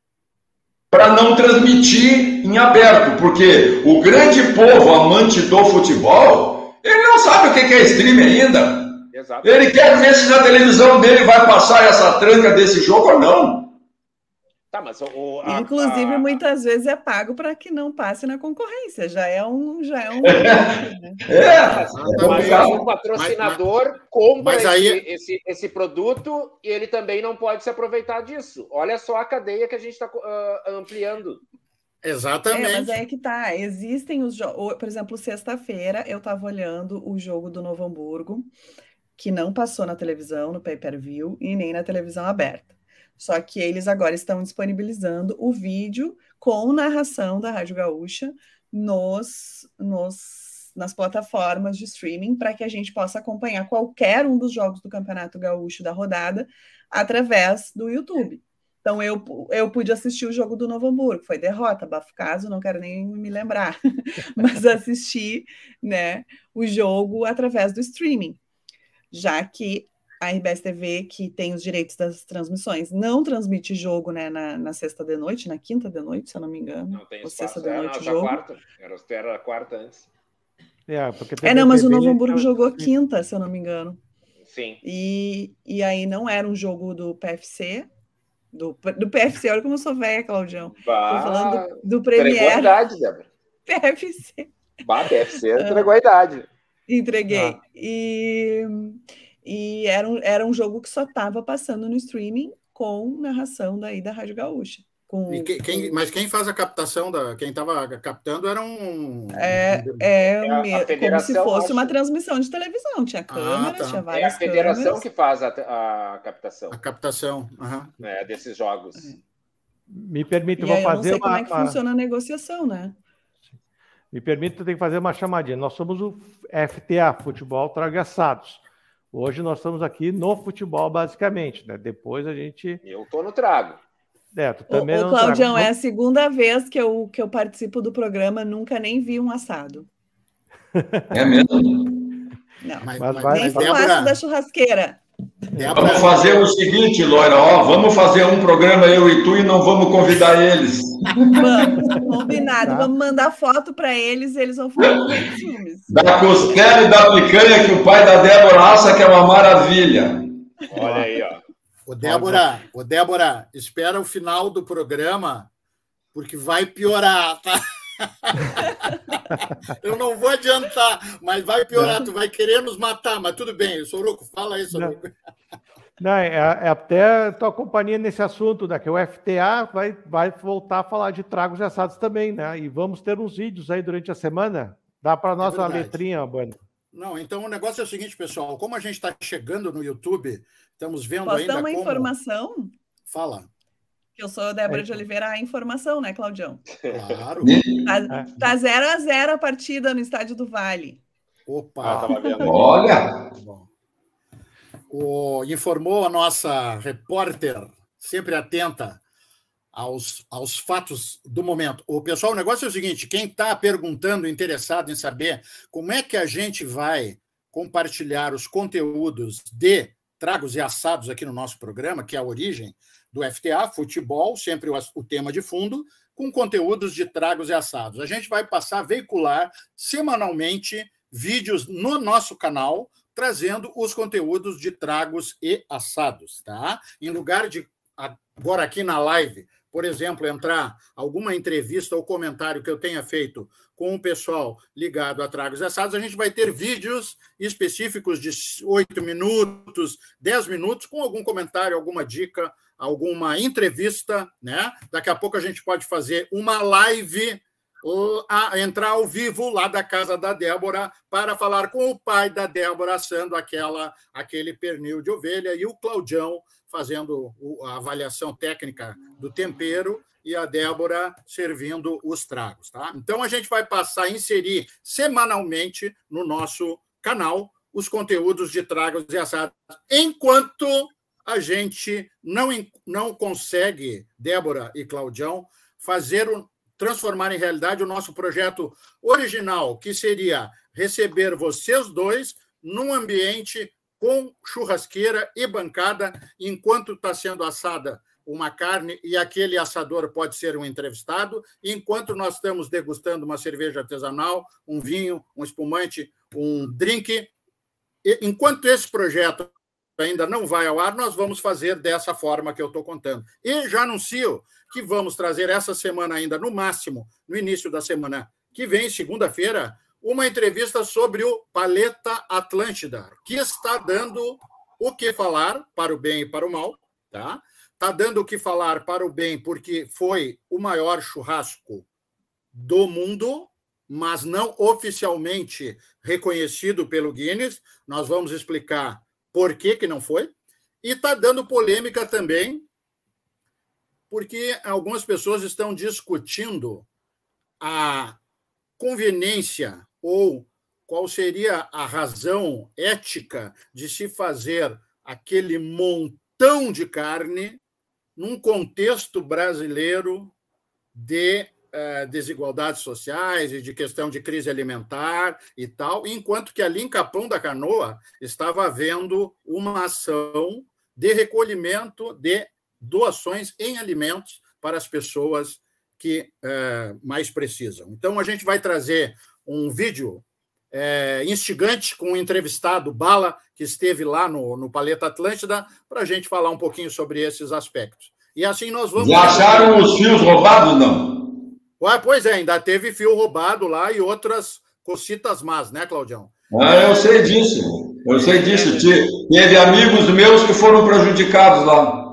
para não transmitir em aberto, porque o grande povo amante do futebol... Ele não sabe o que é stream ainda. Exato. Ele quer ver se na televisão dele vai passar essa tranca desse jogo ou não. Tá, mas o, a, Inclusive, a... muitas vezes é pago para que não passe na concorrência. Já é um... Já é, um... né? é. Mas, mas o patrocinador mas, compra mas aí... esse, esse, esse produto e ele também não pode se aproveitar disso. Olha só a cadeia que a gente está uh, ampliando. Exatamente. É, mas é que tá, existem os jogos, por exemplo, sexta-feira eu estava olhando o jogo do Novo Hamburgo, que não passou na televisão, no pay-per-view, e nem na televisão aberta. Só que eles agora estão disponibilizando o vídeo com narração da Rádio Gaúcha nos, nos, nas plataformas de streaming, para que a gente possa acompanhar qualquer um dos jogos do Campeonato Gaúcho da rodada através do YouTube. Então, eu, eu pude assistir o jogo do Novo Hamburgo, foi derrota, bafo caso, não quero nem me lembrar, mas assisti, né, o jogo através do streaming, já que a R B S T V, que tem os direitos das transmissões, não transmite jogo, né, na, na sexta de noite, na quinta de noite, se eu não me engano. Não tem espaço, sexta de é, noite não, jogo. Quarta. Era, era a quarta antes. É, porque é não, mas o Novo Hamburgo jogou quinta, se eu não me engano. Sim. E, e aí não era um jogo do P F C, Do, do P F C, olha como eu sou velha, Claudião. Bah, Tô falando do, do Premier. Entregou a idade, Débora. P F C. Bah, P F C entregou a idade. Entreguei. Ah. E, e era, um, era um jogo que só estava passando no streaming com narração daí da Rádio Gaúcha. Com, e quem, quem, mas quem faz a captação, da, quem estava captando era um... É, é, É a- a me- como se federação, fosse acho. uma transmissão de televisão. Tinha câmeras, tá. tinha É a várias federação câmeras. que faz a, a captação A captação, aham. né, desses jogos. Me permite, eu E vou aí eu não fazer sei como uma, é que uma- funciona a negociação, né? Me permite, eu tenho que fazer uma chamadinha. Nós somos o F T A, Futebol Trago e Assados. Hoje nós estamos aqui no futebol, basicamente, né? Depois a gente... Eu tô no trago. É, tu Ô, também ô, não Claudião, traga- é a segunda vez que eu, que eu participo do programa, nunca nem vi um assado. É mesmo? Não, Mas, Mas mas, vai- nem mas vai- fumaça Débora, da churrasqueira. Débora, Vamos fazer o seguinte, Loira, ó, vamos fazer um programa eu e tu e não vamos convidar eles. Vamos, combinado. Tá. Vamos mandar foto para eles e eles vão ficar morrendo de ciúmes. Da costela e da picanha que o pai da Débora assa, que é uma maravilha. Olha aí, ó. Ô, Débora, ô, Débora, espera o final do programa, porque vai piorar, tá? Eu não vou adiantar, mas vai piorar, tu vai querer nos matar, mas tudo bem. Soroco, fala aí, Soroco. Não, é, é até tua companhia nesse assunto, né? Que o F T A vai, vai voltar a falar de tragos e assados também, né? E vamos ter uns vídeos aí durante a semana. Dá para nós uma verdade. letrinha, Bueno. Não, então o negócio é o seguinte, pessoal, como a gente está chegando no YouTube, estamos vendo Posso ainda dar uma como... informação? Fala. Que eu sou a Débora É. de Oliveira, a informação, né, Claudião? Claro. Tá, tá zero a zero a partida no Estádio do Vale. Opa. Ah, tava vendo aqui. Olha, Bom. O, informou a nossa repórter, sempre atenta aos, aos fatos do momento. O pessoal, o negócio é o seguinte, quem está perguntando, interessado em saber como é que a gente vai compartilhar os conteúdos de tragos e assados aqui no nosso programa, que é a origem do F T A, futebol, sempre o, o tema de fundo, com conteúdos de tragos e assados. A gente vai passar a veicular semanalmente vídeos no nosso canal, trazendo os conteúdos de tragos e assados, tá? Em lugar de, agora aqui na live, por exemplo, entrar alguma entrevista ou comentário que eu tenha feito com o pessoal ligado a tragos e assados, a gente vai ter vídeos específicos de oito minutos, dez minutos, com algum comentário, alguma dica, alguma entrevista, né? Daqui a pouco a gente pode fazer uma live, a entrar ao vivo lá da casa da Débora para falar com o pai da Débora assando aquela, aquele pernil de ovelha e o Claudião fazendo a avaliação técnica do tempero e a Débora servindo os tragos, tá? Então a gente vai passar a inserir semanalmente no nosso canal os conteúdos de tragos e assados, enquanto a gente não, não consegue, Débora e Claudião, fazer o transformar em realidade o nosso projeto original, que seria receber vocês dois num ambiente com churrasqueira e bancada, enquanto está sendo assada uma carne e aquele assador pode ser um entrevistado, enquanto nós estamos degustando uma cerveja artesanal, um vinho, um espumante, um drink. E, enquanto esse projeto ainda não vai ao ar, nós vamos fazer dessa forma que eu estou contando. E já anuncio que vamos trazer essa semana ainda, no máximo, no início da semana que vem, segunda-feira, uma entrevista sobre o Paleta Atlântida, que está dando o que falar para o bem e para o mal, tá? Está dando o que falar para o bem porque foi o maior churrasco do mundo, mas não oficialmente reconhecido pelo Guinness. Nós vamos explicar por que que não foi. E está dando polêmica também, porque algumas pessoas estão discutindo a conveniência ou qual seria a razão ética de se fazer aquele montão de carne num contexto brasileiro de eh, desigualdades sociais e de questão de crise alimentar e tal, enquanto que ali em Capão da Canoa estava havendo uma ação de recolhimento de doações em alimentos para as pessoas que eh, mais precisam. Então, a gente vai trazer um vídeo é, instigante com um entrevistado, Bala, que esteve lá no, no Paleta Atlântida, para a gente falar um pouquinho sobre esses aspectos. E assim nós vamos... Já acharam os fios roubados, não? Ué, pois é, ainda teve fio roubado lá e outras cocitas más, né, Claudião? Ah, eu sei disso. Eu sei disso. Teve amigos meus que foram prejudicados lá.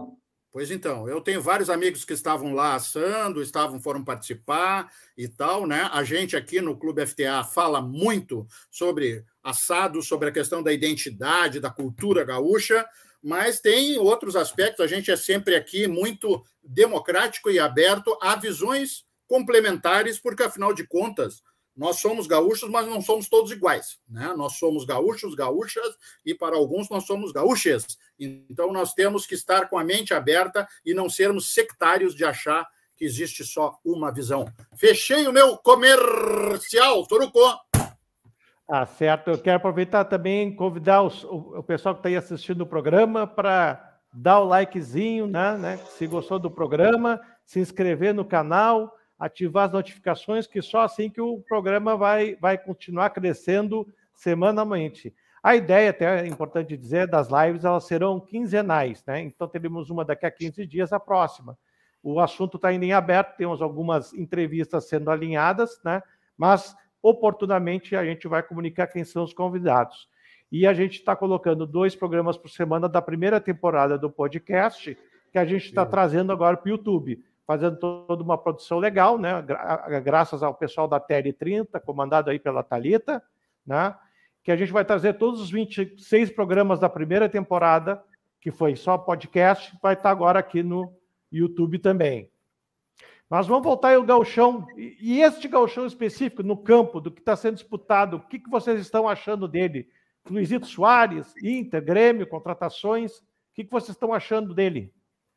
Pois então, eu tenho vários amigos que estavam lá assando, estavam, foram participar e tal, né? A gente aqui no Clube F T A fala muito sobre assado, sobre a questão da identidade, da cultura gaúcha, mas tem outros aspectos. A gente é sempre aqui muito democrático e aberto a visões complementares, porque, afinal de contas, nós somos gaúchos, mas não somos todos iguais, né? Nós somos gaúchos, gaúchas, e para alguns nós somos gaúchas. Então, nós temos que estar com a mente aberta e não sermos sectários de achar que existe só uma visão. Fechei o meu comercial, Toruco. Ah, certo. Eu quero aproveitar também e convidar os, o, o pessoal que está aí assistindo o programa para dar o likezinho, né, né? Se gostou do programa, se inscrever no canal, ativar as notificações, que só assim que o programa vai, vai continuar crescendo semanalmente. A ideia, até é importante dizer, das lives, elas serão quinzenais, né? Então teremos uma daqui a quinze dias, a próxima. O assunto está ainda em aberto, temos algumas entrevistas sendo alinhadas, né? Mas oportunamente a gente vai comunicar quem são os convidados. E a gente está colocando dois programas por semana da primeira temporada do podcast, que a gente está trazendo agora para o YouTube, fazendo toda uma produção legal, né? Gra graças ao pessoal da T L trinta, comandado aí pela Thalita, né? Que a gente vai trazer todos os vinte e seis programas da primeira temporada, que foi só podcast, vai estar agora aqui no YouTube também. Mas vamos voltar ao gauchão. E este gauchão específico, no campo, do que está sendo disputado, o que, que vocês estão achando dele? Luizito Soares, Inter, Grêmio, contratações, o que, que vocês estão achando dele?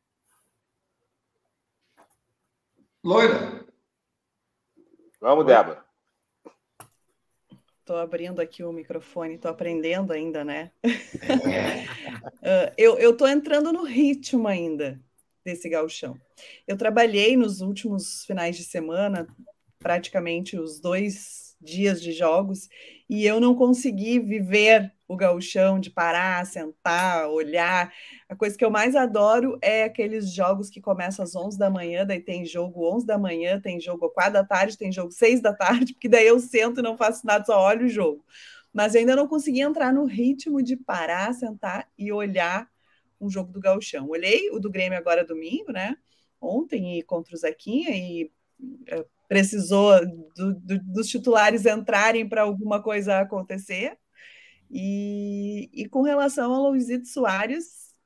Loira. Vamos, Débora. Estou abrindo aqui o microfone, estou aprendendo ainda, né? uh, eu estou entrando no ritmo ainda desse gauchão. Eu trabalhei nos últimos finais de semana, praticamente os dois dias de jogos, e eu não consegui viver o gauchão de parar, sentar, olhar. A coisa que eu mais adoro é aqueles jogos que começam às onze da manhã, daí tem jogo onze da manhã, tem jogo quatro da tarde, tem jogo seis da tarde, porque daí eu sento e não faço nada, só olho o jogo. Mas eu ainda não consegui entrar no ritmo de parar, sentar e olhar um jogo do gauchão. Olhei o do Grêmio agora domingo, né? Ontem, e contra o Zequinha, e é, precisou do, do, dos titulares entrarem para alguma coisa acontecer. E, e com relação ao Luizito Soares,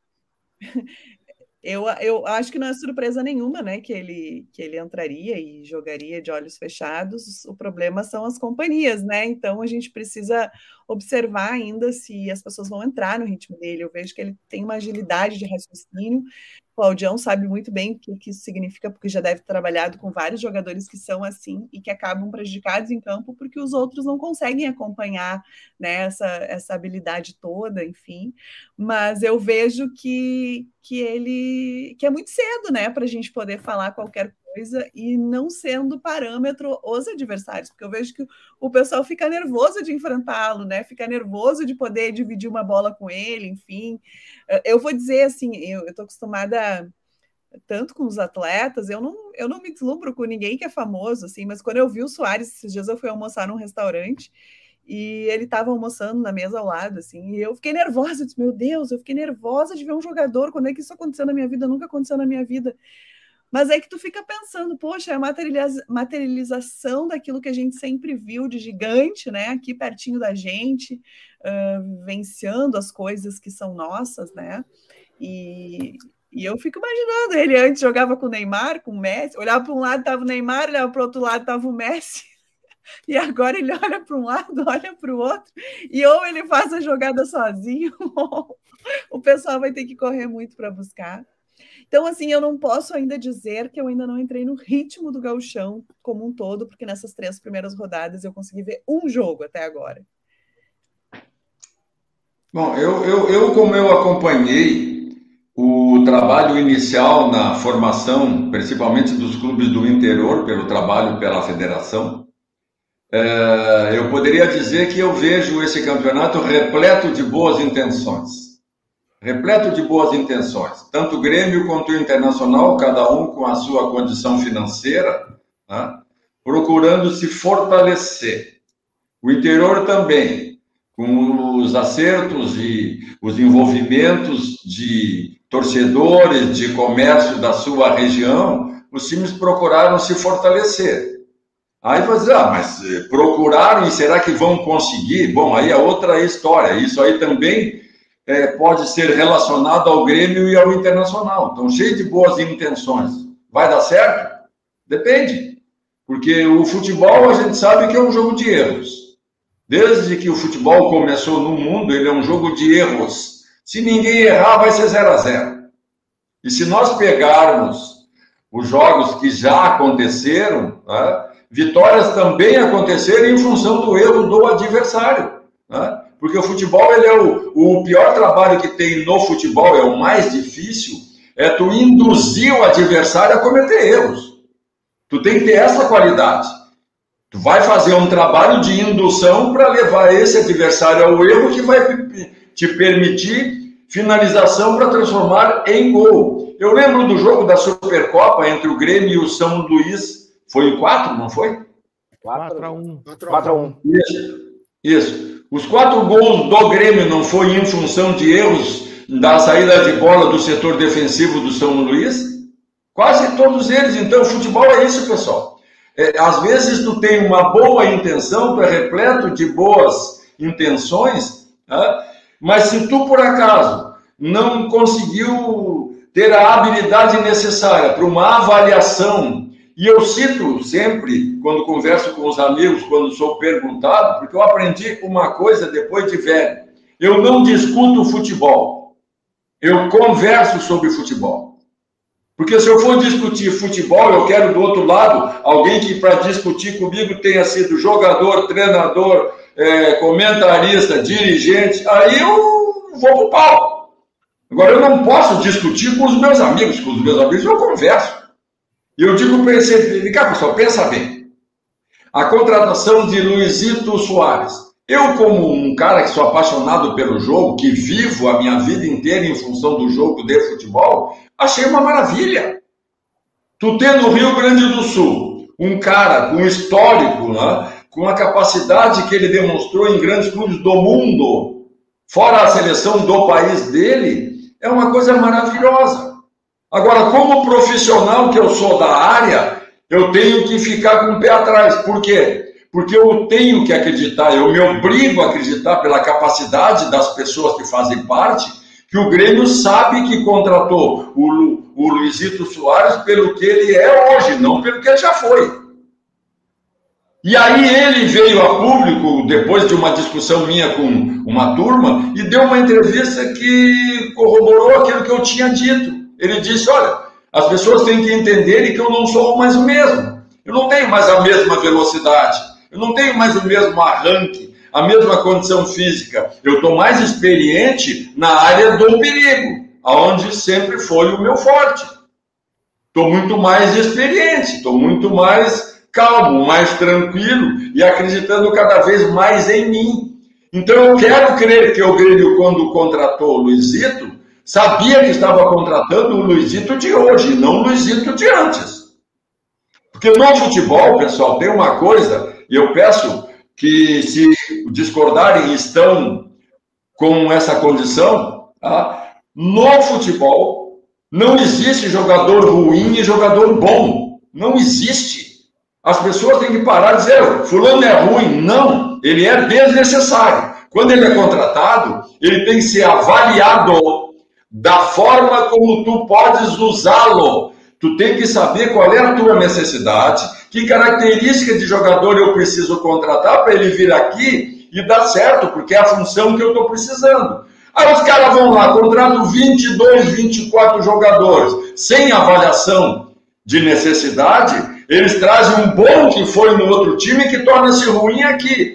eu, eu acho que não é surpresa nenhuma, né, que ele, que ele entraria e jogaria de olhos fechados. O problema são as companhias, né? Então a gente precisa observar ainda se as pessoas vão entrar no ritmo dele. Eu vejo que ele tem uma agilidade de raciocínio. O Claudião sabe muito bem o que, que isso significa, porque já deve ter trabalhado com vários jogadores que são assim e que acabam prejudicados em campo porque os outros não conseguem acompanhar, né, essa, essa habilidade toda, enfim. Mas eu vejo que, que ele que é muito cedo, né, para a gente poder falar qualquer coisa e não sendo parâmetro os adversários, porque eu vejo que o pessoal fica nervoso de enfrentá-lo, né? Fica nervoso de poder dividir uma bola com ele, enfim. Eu vou dizer assim, eu estou acostumada tanto com os atletas, eu não, eu não me deslumbro com ninguém que é famoso, assim, mas quando eu vi o Soares, esses dias eu fui almoçar num restaurante e ele estava almoçando na mesa ao lado, assim, e eu fiquei nervosa, eu disse, meu Deus, eu fiquei nervosa de ver um jogador, quando é que isso aconteceu na minha vida? Nunca aconteceu na minha vida. Mas é que tu fica pensando, poxa, é a materialização daquilo que a gente sempre viu de gigante, né? Aqui pertinho da gente, uh, vencendo as coisas que são nossas, né? E, e eu fico imaginando, ele antes jogava com o Neymar, com o Messi, olhava para um lado estava o Neymar, olhava para o outro lado estava o Messi, e agora ele olha para um lado, olha para o outro, e ou ele faz a jogada sozinho, ou o pessoal vai ter que correr muito para buscar. Então, assim, eu não posso ainda dizer que eu ainda não entrei no ritmo do gauchão como um todo, porque nessas três primeiras rodadas eu consegui ver um jogo até agora. Bom, eu, eu, eu como eu acompanhei o trabalho inicial na formação, principalmente dos clubes do interior, pelo trabalho pela federação, é, eu poderia dizer que eu vejo esse campeonato repleto de boas intenções. Repleto de boas intenções, tanto o Grêmio quanto o Internacional, cada um com a sua condição financeira, né, procurando se fortalecer. O interior também, com os acertos e os envolvimentos de torcedores, de comércio da sua região, os times procuraram se fortalecer. Aí vai dizer, ah, mas procuraram e será que vão conseguir? Bom, aí é outra história. Isso aí também é, pode ser relacionado ao Grêmio e ao Internacional. Então, cheio de boas intenções. Vai dar certo? Depende. Porque o futebol, a gente sabe que é um jogo de erros. Desde que o futebol começou no mundo, ele é um jogo de erros. Se ninguém errar, vai ser zero a zero. E se nós pegarmos os jogos que já aconteceram, né, vitórias também aconteceram em função do erro do adversário. Né? Porque o futebol, ele é o, o pior trabalho que tem no futebol, é o mais difícil, é tu induzir o adversário a cometer erros. Tu tem que ter essa qualidade. Tu vai fazer um trabalho de indução para levar esse adversário ao erro que vai te permitir finalização para transformar em gol. Eu lembro do jogo da Supercopa entre o Grêmio e o São Luís. Foi em quatro, não foi? quatro a um. quatro a um. Isso. Isso. Os quatro gols do Grêmio não foi em função de erros da saída de bola do setor defensivo do São Luís? Quase todos eles. Então, o futebol é isso, pessoal. É, às vezes, tu tem uma boa intenção, tu é repleto de boas intenções, né? Mas se tu, por acaso, não conseguiu ter a habilidade necessária para uma avaliação, e eu cito sempre, quando converso com os amigos, quando sou perguntado, porque eu aprendi uma coisa depois de velho, eu não discuto futebol, eu converso sobre futebol. Porque se eu for discutir futebol, eu quero do outro lado alguém que para discutir comigo tenha sido jogador, treinador, é, comentarista, dirigente, aí eu vou pro pau. Agora, eu não posso discutir com os meus amigos, com os meus amigos eu converso. E eu digo para ele, cá, pessoal, pensa bem. A contratação de Luizito Soares. Eu, como um cara que sou apaixonado pelo jogo, que vivo a minha vida inteira em função do jogo de futebol, achei uma maravilha. Tu ter no Rio Grande do Sul um cara com histórico, né, com a capacidade que ele demonstrou em grandes clubes do mundo, fora a seleção do país dele, é uma coisa maravilhosa. Agora, como profissional que eu sou da área, eu tenho que ficar com o pé atrás. Por quê? Porque eu tenho que acreditar, eu me obrigo a acreditar pela capacidade das pessoas que fazem parte, que o Grêmio sabe que contratou o, Lu, o Luizito Soares pelo que ele é hoje, não pelo que ele já foi. E aí ele veio a público, depois de uma discussão minha com uma turma, e deu uma entrevista que corroborou aquilo que eu tinha dito. Ele disse, olha, as pessoas têm que entenderem que eu não sou mais o mesmo. Eu não tenho mais a mesma velocidade, eu não tenho mais o mesmo arranque, a mesma condição física. Eu estou mais experiente na área do perigo, onde sempre foi o meu forte. Estou muito mais experiente, estou muito mais calmo, mais tranquilo e acreditando cada vez mais em mim. Então eu quero crer que o Grêmio, quando contratou o Luizito, sabia que estava contratando o Luizito de hoje, não o Luizito de antes. Porque no futebol, pessoal, tem uma coisa, e eu peço que, se discordarem, estão com essa condição, tá? No futebol não existe jogador ruim e jogador bom. Não existe. As pessoas têm que parar de dizer, fulano é ruim. Não, ele é desnecessário. Quando ele é contratado, ele tem que ser avaliado da forma como tu podes usá-lo. Tu tem que saber qual é a tua necessidade, que característica de jogador eu preciso contratar para ele vir aqui e dar certo, porque é a função que eu estou precisando. Aí os caras vão lá, contratam vinte e dois, vinte e quatro jogadores, sem avaliação de necessidade, eles trazem um bom que foi no outro time que torna-se ruim aqui.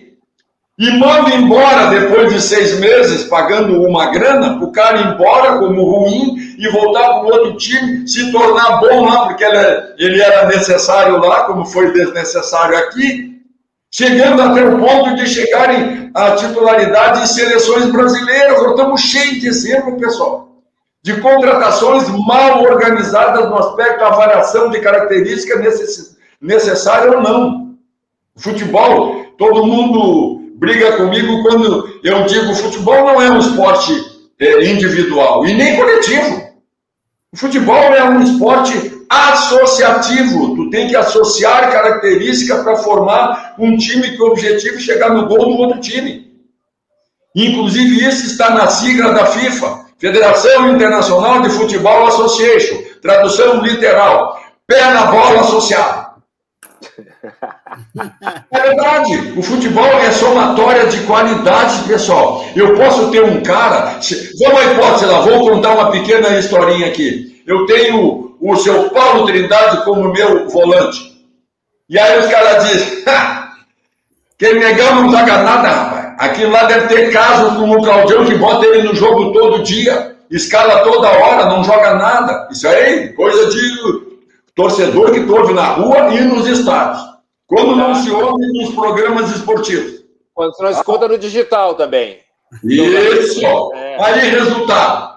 E mandam embora depois de seis meses, pagando uma grana, o cara ir embora como ruim e voltar para o outro time, se tornar bom lá, porque ele, ele era necessário lá, como foi desnecessário aqui, chegando até o ponto de chegarem à titularidade em seleções brasileiras. Nós estamos cheios de exemplo, pessoal, de contratações mal organizadas no aspecto da avaliação de característica necess, necessária ou não. O futebol, todo mundo briga comigo quando eu digo futebol não é um esporte é, individual e nem coletivo. O futebol é um esporte associativo. Tu tem que associar características para formar um time que o objetivo é chegar no gol do outro time. Inclusive, isso está na sigla da FIFA, Federação Internacional de Futebol Association, tradução literal, pé na bola associado. É verdade, o futebol é somatória de qualidades, pessoal. Eu posso ter um cara, vamos à hipótese lá, vou contar uma pequena historinha aqui. Eu tenho o seu Paulo Trindade como meu volante. E aí os caras dizem, aquele negão não joga nada, rapaz. Aquilo lá deve ter caso com o Claudião que bota ele no jogo todo dia, escala toda hora, não joga nada. Isso aí, coisa de torcedor que tu ouve na rua e nos estádios. Quando não se ouve nos programas esportivos. Quando se não escuta no digital também. Isso. É. Aí, resultado.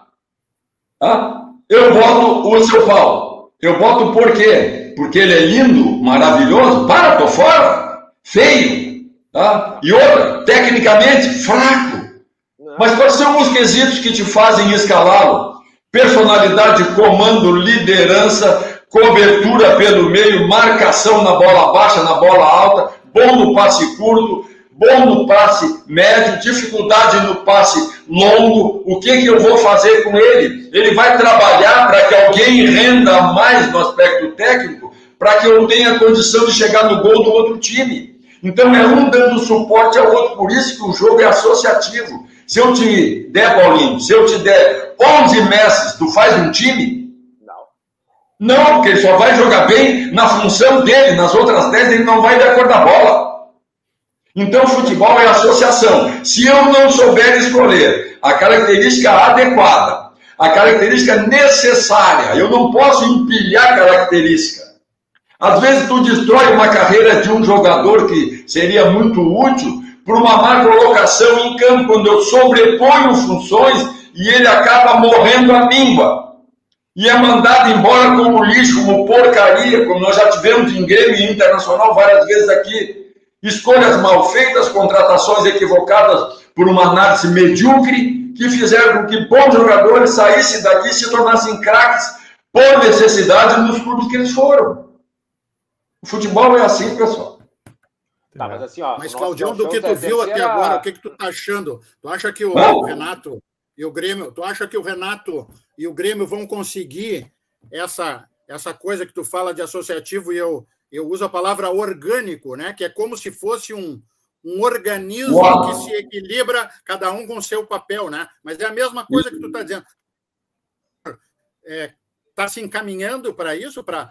Ah, eu boto o seu Paulo. Eu boto por quê? Porque ele é lindo, maravilhoso. Para, tô fora. Feio. Tá? E outra, tecnicamente, fraco. Mas quais são os quesitos que te fazem escalá-lo? Personalidade, comando, liderança, cobertura pelo meio, marcação na bola baixa, na bola alta, bom no passe curto, bom no passe médio, dificuldade no passe longo. O que, que eu vou fazer com ele? Ele vai trabalhar para que alguém renda mais no aspecto técnico, para que eu tenha condição de chegar no gol do outro time. Então é um dando suporte ao outro, por isso que o jogo é associativo. Se eu te der, Paulinho, se eu te der onze messes, tu faz um time? Não, porque ele só vai jogar bem na função dele, nas outras dez ele não vai de acordo com a bola. Então futebol é associação. Se eu não souber escolher a característica adequada, a característica necessária, eu não posso empilhar característica. Às vezes tu destrói uma carreira de um jogador que seria muito útil por uma má colocação em campo, quando eu sobreponho funções e ele acaba morrendo à míngua. E é mandado embora como lixo, como porcaria, como nós já tivemos em Grêmio e Internacional várias vezes aqui. Escolhas mal feitas, contratações equivocadas por uma análise medíocre, que fizeram com que bons jogadores saíssem daqui e se tornassem craques por necessidade nos clubes que eles foram. O futebol é assim, pessoal. Tá, mas assim, ó, mas Claudião, do que tu viu até agora, o que, que tu tá achando? Tu acha que o ah. Renato e o Grêmio, tu acha que o Renato e o Grêmio vão conseguir essa, essa coisa que tu fala de associativo, e eu, eu uso a palavra orgânico, né? Que é como se fosse um, um organismo Uau. que se equilibra, cada um com o seu papel, né? Mas é a mesma coisa que tu tá dizendo. É, tá se encaminhando para isso, para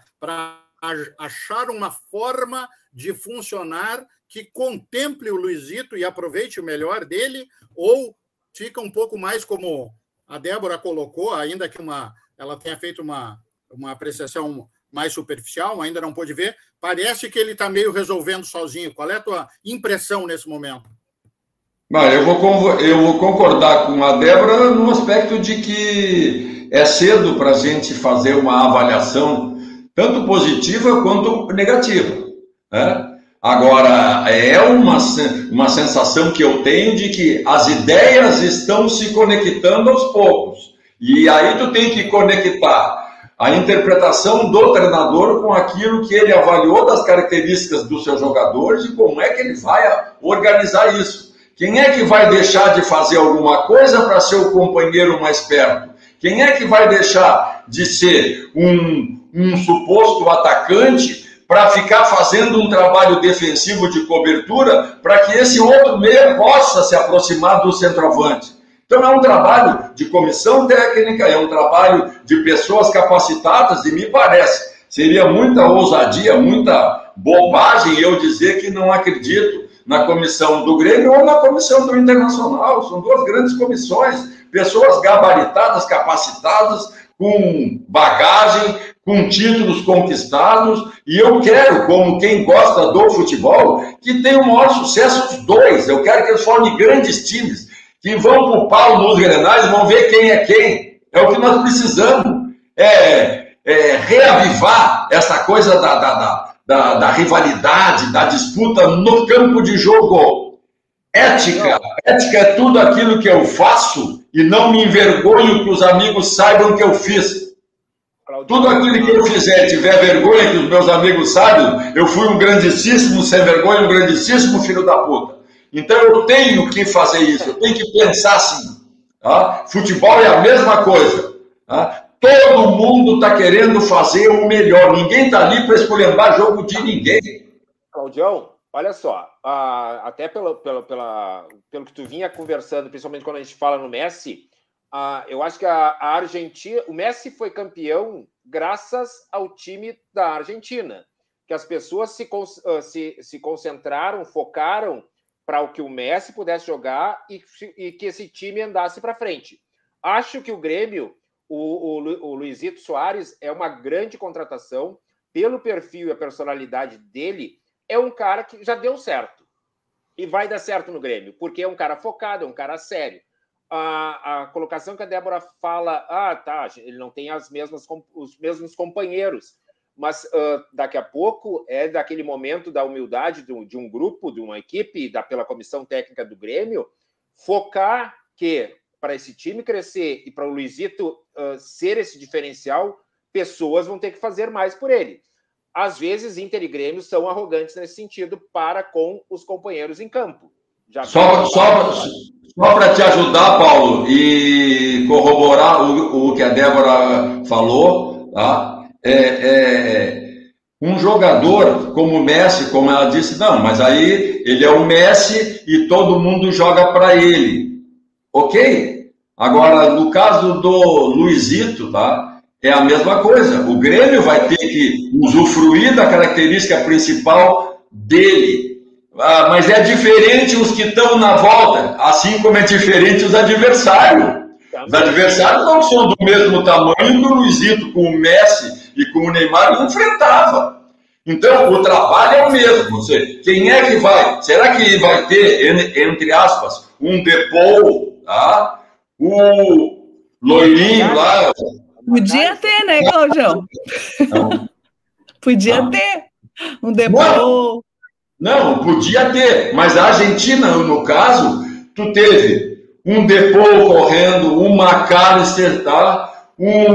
achar uma forma de funcionar que contemple o Luizito e aproveite o melhor dele, ou fica um pouco mais como a Débora colocou, ainda que uma, ela tenha feito uma, uma apreciação mais superficial, ainda não pôde ver, parece que ele está meio resolvendo sozinho. Qual é a tua impressão nesse momento? Bah, eu, vou, eu vou concordar com a Débora no aspecto de que é cedo para a gente fazer uma avaliação tanto positiva quanto negativa, né? Agora, é uma, uma sensação que eu tenho de que as ideias estão se conectando aos poucos. E aí tu tem que conectar a interpretação do treinador com aquilo que ele avaliou das características dos seus jogadores e como é que ele vai organizar isso. Quem é que vai deixar de fazer alguma coisa para ser o companheiro mais perto? Quem é que vai deixar de ser um, um suposto atacante para ficar fazendo um trabalho defensivo de cobertura para que esse outro meia possa se aproximar do centroavante? Então é um trabalho de comissão técnica, é um trabalho de pessoas capacitadas, e me parece, seria muita ousadia, muita bobagem eu dizer que não acredito na comissão do Grêmio ou na comissão do Internacional. São duas grandes comissões, pessoas gabaritadas, capacitadas, com bagagem, com títulos conquistados, e eu quero, como quem gosta do futebol, que tenha o maior sucesso os dois. Eu quero que eles formem grandes times, que vão para o pau nos Grenais e vão ver quem é quem. É o que nós precisamos. É, é reavivar essa coisa da, da, da, da, da rivalidade, da disputa no campo de jogo. Ética. Ética é tudo aquilo que eu faço e não me envergonho que os amigos saibam que eu fiz. Tudo aquilo que eu fizer, tiver vergonha, que os meus amigos sabem, eu fui um grandíssimo sem vergonha, um grandíssimo filho da puta. Então eu tenho que fazer isso, eu tenho que pensar assim. Tá? Futebol é a mesma coisa. Tá? Todo mundo está querendo fazer o melhor. Ninguém está ali para esculhambar jogo de ninguém. Claudião, olha só, uh, até pelo, pelo, pela, pelo que tu vinha conversando, principalmente quando a gente fala no Messi, uh, eu acho que a, a Argentina, o Messi foi campeão graças ao time da Argentina, que as pessoas se, uh, se, se concentraram, focaram para o que o Messi pudesse jogar e, e que esse time andasse para frente. Acho que o Grêmio, o, o, o Luizito Soares é uma grande contratação, pelo perfil e a personalidade dele, é um cara que já deu certo e vai dar certo no Grêmio, porque é um cara focado, é um cara sério. A, a colocação que a Débora fala, ah, tá, ele não tem as mesmas, os mesmos companheiros, mas uh, daqui a pouco é daquele momento da humildade de um, de um grupo, de uma equipe, da, pela comissão técnica do Grêmio, focar que para esse time crescer e para o Luizito uh, ser esse diferencial, pessoas vão ter que fazer mais por ele. Às vezes, Inter e Grêmio são arrogantes nesse sentido para com os companheiros em campo. Já só só, só para te ajudar, Paulo, e corroborar o, o que a Débora falou, tá? É, é, um jogador como o Messi, como ela disse, não, mas aí ele é o Messi e todo mundo joga para ele. Ok? Agora, no caso do Luizito, tá? É a mesma coisa. O Grêmio vai ter que usufruir da característica principal dele. Ah, mas é diferente os que estão na volta, assim como é diferente os adversários. Os adversários não são do mesmo tamanho que o Luizito com o Messi e com o Neymar enfrentava. Então, o trabalho é o mesmo. Você, quem é que vai? Será que vai ter, entre aspas, um Depou, tá? O loirinho lá... Podia ter, né, Claudião? Podia não. ter um Depou... Não. Não, podia ter, mas a Argentina, no caso, tu teve um Depou correndo, um McAllister, tá?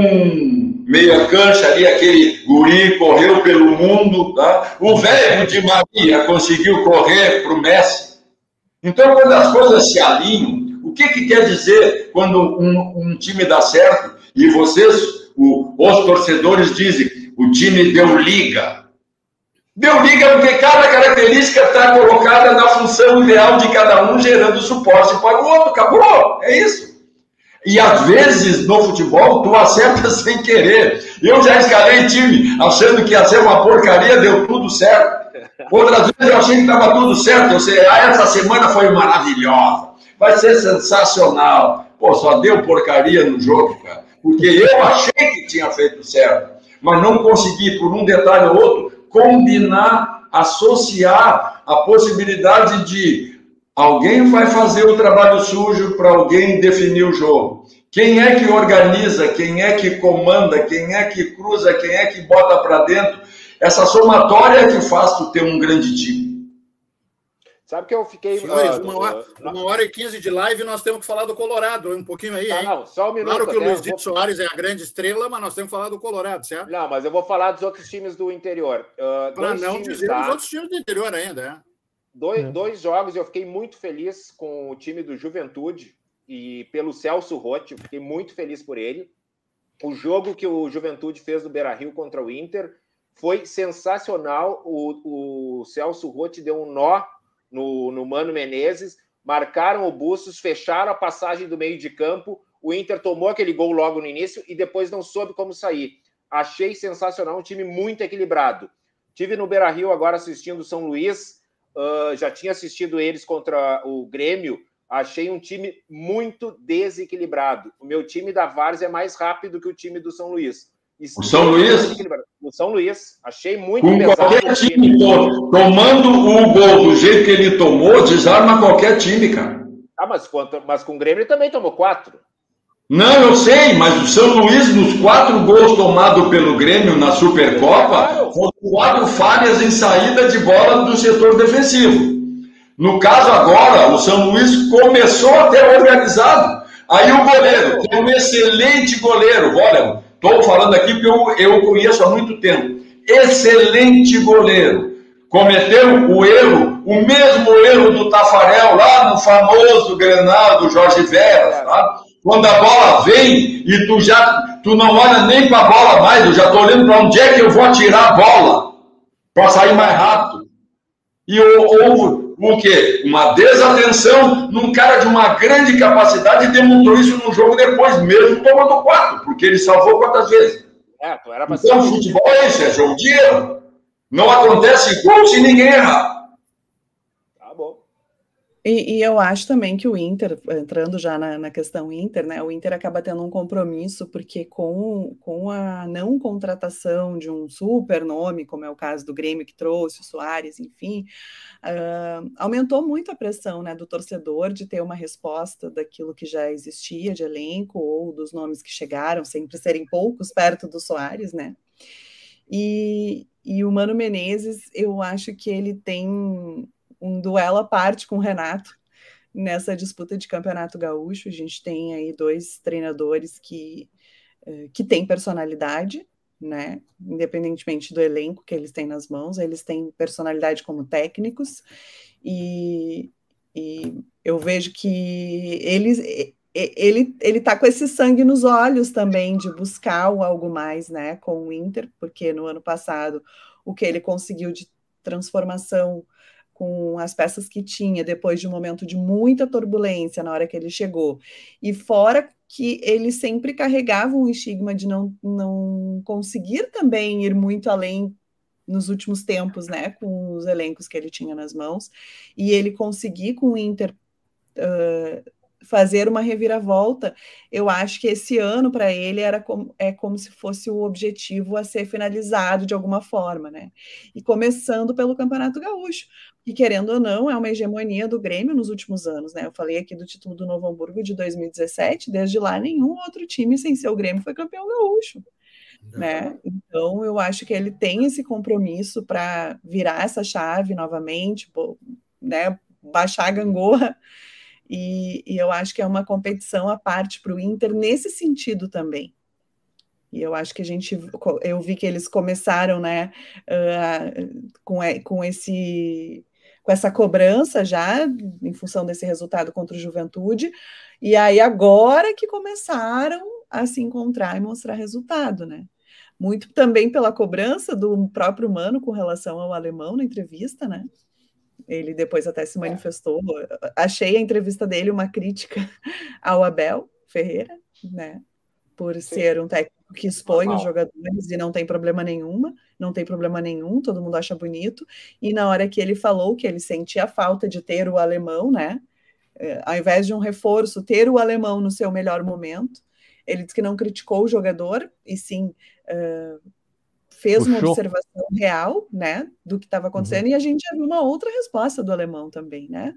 Um meia cancha ali, aquele guri correu pelo mundo, tá? O velho de Maria conseguiu correr para o Messi. Então, quando as coisas se alinham, o que, que quer dizer quando um, um time dá certo e vocês, o, os torcedores dizem, o time deu liga. Deu liga porque cada característica está colocada na função ideal de cada um, gerando suporte para o outro. Acabou, é isso. E às vezes, no futebol, tu acerta sem querer. Eu já escalei time achando que ia ser uma porcaria, deu tudo certo. Outras vezes eu achei que estava tudo certo. Eu sei, ah, essa semana foi maravilhosa. Vai ser sensacional. Pô, só deu porcaria no jogo, cara. Porque eu achei que tinha feito certo. Mas não consegui, por um detalhe ou outro, combinar, associar a possibilidade de alguém vai fazer o trabalho sujo para alguém definir o jogo. Quem é que organiza, quem é que comanda, quem é que cruza, quem é que bota para dentro. Essa somatória que faz tu ter um grande time. Sabe que eu fiquei... Senhores, uh, uma, hora, uma hora e quinze de live, nós temos que falar do Colorado, um pouquinho aí, hein? Não, não, só um minuto. Claro que o Luizito vou... Soares é a grande estrela, mas nós temos que falar do Colorado, certo? Não, mas eu vou falar dos outros times do interior. Uh, Para não times, dizer tá? os outros times do interior ainda, é. Dois, é. dois jogos, eu fiquei muito feliz com o time do Juventude e pelo Celso Rotti, fiquei muito feliz por ele. O jogo que o Juventude fez no Beira-Rio contra o Inter foi sensacional. O, o Celso Rotti deu um nó No, no Mano Menezes, marcaram o Bustos, fecharam a passagem do meio de campo, o Inter tomou aquele gol logo no início e depois não soube como sair. Achei sensacional, um time muito equilibrado. Tive no Beira-Rio agora assistindo o São Luís, uh, já tinha assistido eles contra o Grêmio, achei um time muito desequilibrado. O meu time da Várzea é mais rápido que o time do São Luís. O São Luís? O São Luís. Achei muito com pesado. Qualquer time, time. Tomando o gol do jeito que ele tomou, desarma qualquer time, cara. Ah, mas, mas com o Grêmio ele também tomou quatro. Não, eu sei, mas o São Luís, nos quatro gols tomados pelo Grêmio na Supercopa, claro. Foram quatro falhas em saída de bola do setor defensivo. No caso agora, o São Luís começou até organizado. Aí o goleiro, tem um excelente goleiro, olha... Estou falando aqui porque eu, eu conheço há muito tempo. Excelente goleiro. Cometeu o erro, o mesmo erro do Tafarel lá no famoso Grenal do Jorge Veras, tá? Quando a bola vem e tu já tu não olha nem para a bola mais, eu já estou olhando para onde é que eu vou atirar a bola para sair mais rápido. E houve o quê? Uma desatenção num cara de uma grande capacidade e demonstrou isso no jogo depois, mesmo tomando quatro, porque ele salvou quantas vezes? É, tu era pra então, o futebol é isso, é jogo de erro. Não acontece gol se ninguém errar. Tá bom. E, e eu acho também que o Inter, entrando já na, na questão Inter, né? O Inter acaba tendo um compromisso, porque com, com a não contratação de um super nome, como é o caso do Grêmio que trouxe, o Soares, enfim, uh, aumentou muito a pressão, né, do torcedor de ter uma resposta daquilo que já existia de elenco, ou dos nomes que chegaram, sempre serem poucos perto do Soares, né? E, e o Mano Menezes, eu acho que ele tem um duelo à parte com o Renato nessa disputa de campeonato gaúcho. A gente tem aí dois treinadores que, que têm personalidade, né? Independentemente do elenco que eles têm nas mãos, eles têm personalidade como técnicos, e, e eu vejo que eles... ele ele tá com esse sangue nos olhos também de buscar algo mais, né, com o Inter, porque no ano passado o que ele conseguiu de transformação com as peças que tinha, depois de um momento de muita turbulência na hora que ele chegou, e fora que ele sempre carregava um estigma de não, não conseguir também ir muito além nos últimos tempos, né, com os elencos que ele tinha nas mãos, e ele conseguir com o Inter uh, fazer uma reviravolta. Eu acho que esse ano para ele era como, é como se fosse o objetivo a ser finalizado de alguma forma, né? E começando pelo Campeonato Gaúcho, que querendo ou não é uma hegemonia do Grêmio nos últimos anos, né? Eu falei aqui do título do Novo Hamburgo de dois mil e dezessete, desde lá nenhum outro time sem ser o Grêmio foi campeão gaúcho, né? Então eu acho que ele tem esse compromisso para virar essa chave novamente, né? Baixar a gangorra. E, e eu acho que é uma competição à parte para o Inter nesse sentido também. E eu acho que a gente, eu vi que eles começaram, né, uh, com, com, esse, com essa cobrança já, em função desse resultado contra o Juventude, e aí agora que começaram a se encontrar e mostrar resultado, né? Muito também pela cobrança do próprio Mano com relação ao alemão na entrevista, né? Ele depois até se manifestou. Achei a entrevista dele uma crítica ao Abel Ferreira, né? Por Sim. ser um técnico que expõe Normal. os jogadores e não tem problema nenhuma, não tem problema nenhum, todo mundo acha bonito. E na hora que ele falou que ele sentia falta de ter o alemão, né? É, ao invés de um reforço, ter o alemão no seu melhor momento, ele disse que não criticou o jogador, e sim... Uh, fez Puxou. uma observação real, né, do que estava acontecendo, uhum. e a gente já viu uma outra resposta do alemão também, né?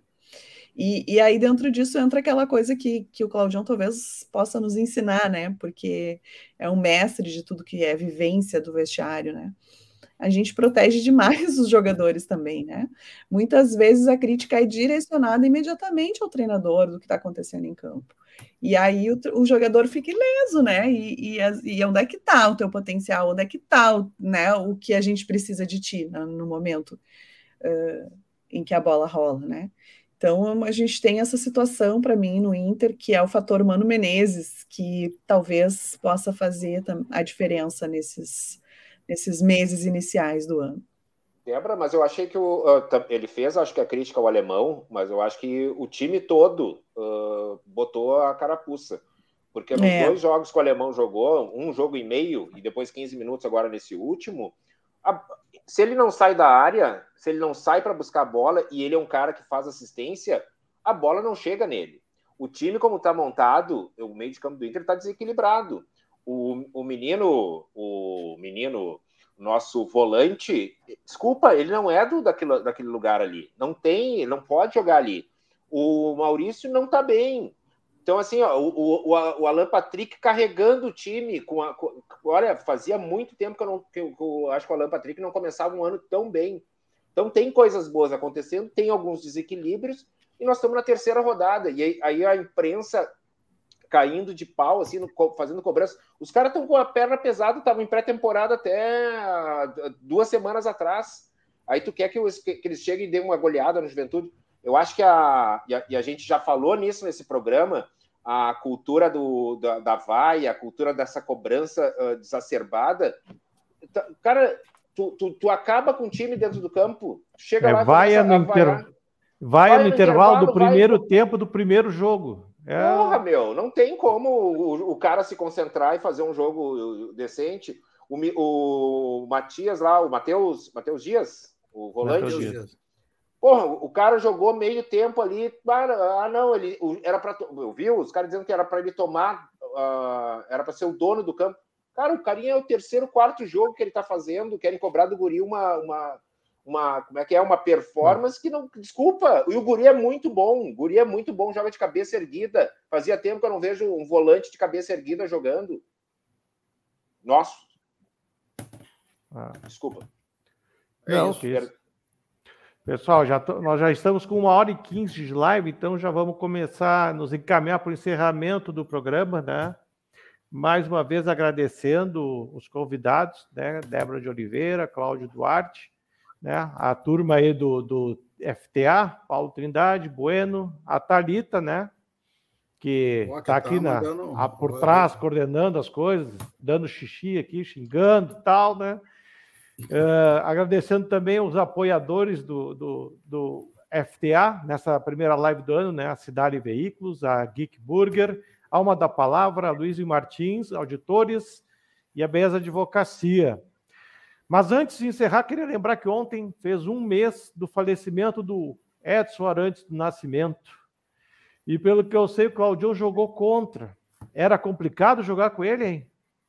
E, e aí dentro disso entra aquela coisa que, que o Claudião talvez possa nos ensinar, né? Porque é um mestre de tudo que é vivência do vestiário, né? A gente protege demais os jogadores também, né? Muitas vezes a crítica é direcionada imediatamente ao treinador do que está acontecendo em campo. E aí o, o jogador fica ileso, né? E, e, e onde é que está o teu potencial? Onde é que está, né, o que a gente precisa de ti, né, no momento uh, em que a bola rola, né? Então a gente tem essa situação para mim no Inter, que é o fator Mano Menezes, que talvez possa fazer a diferença nesses, nesses meses iniciais do ano. Débora, mas eu achei que o, uh, ele fez, acho que a crítica ao alemão, mas eu acho que o time todo uh, botou a carapuça. Porque nos é. dois jogos que o alemão jogou, um jogo e meio, e depois quinze minutos agora nesse último, a, se ele não sai da área, se ele não sai para buscar a bola, e ele é um cara que faz assistência, a bola não chega nele. O time, como está montado, o meio de campo do Inter está desequilibrado. O, o menino... O menino nosso volante, desculpa, ele não é do, daquele, daquele lugar ali. Não tem, não pode jogar ali. O Maurício não tá bem. Então, assim, ó, o, o, o Alan Patrick carregando o time. Com a, com, olha, fazia muito tempo que eu, não, que eu, que eu acho que o Alan Patrick não começava um ano tão bem. Então, tem coisas boas acontecendo, tem alguns desequilíbrios, e nós estamos na terceira rodada. E aí, aí a imprensa caindo de pau, assim, no, fazendo cobrança. Os caras estão com a perna pesada, estavam em pré-temporada até duas semanas atrás. Aí tu quer que, os, que, que eles cheguem e dêem uma goleada no Juventude? Eu acho que a e, a... e a gente já falou nisso nesse programa, a cultura do, da, da vaia, a cultura dessa cobrança uh, exacerbada. Cara, tu, tu, tu acaba com o time dentro do campo, chega é, lá... Vaia no, inter... vaia vaia no intervalo, intervalo do primeiro vai... tempo do primeiro jogo. É... Porra, meu, não tem como o, o cara se concentrar e fazer um jogo decente. O, o Matias lá, o Matheus Matheus Dias, o volante... Dias. Porra, o cara jogou meio tempo ali. Ah, não, ele era para. Eu vi os caras dizendo que era para ele tomar, uh, era para ser o dono do campo. Cara, o carinha é o terceiro, quarto jogo que ele tá fazendo. Querem cobrar do guri uma, uma, uma como é que é? Uma performance que não. Desculpa, e o guri é muito bom. O guri é muito bom, joga de cabeça erguida. Fazia tempo que eu não vejo um volante de cabeça erguida jogando. Nossa. Ah. Desculpa. Não, é isso. Que isso. Pessoal, já tô, nós já estamos com uma hora e quinze de live, então já vamos começar a nos encaminhar para o encerramento do programa, né? Mais uma vez agradecendo os convidados, né? Débora de Oliveira, Cláudio Duarte, né? A turma aí do, do F T A, Paulo Trindade, Bueno, a Thalita, né? Que está aqui na, a, por trás, coordenando as coisas, dando xixi aqui, xingando e tal, né? Uh, agradecendo também os apoiadores do, do, do F T A, nessa primeira live do ano, né? A Cidade Veículos, a Geek Burger, Alma da Palavra, a Luiz Martins, auditores e a Beleza Advocacia. Mas antes de encerrar, queria lembrar que ontem fez um mês do falecimento do Edson Arantes do Nascimento. E pelo que eu sei, o Claudião jogou contra. Era complicado jogar com ele, hein?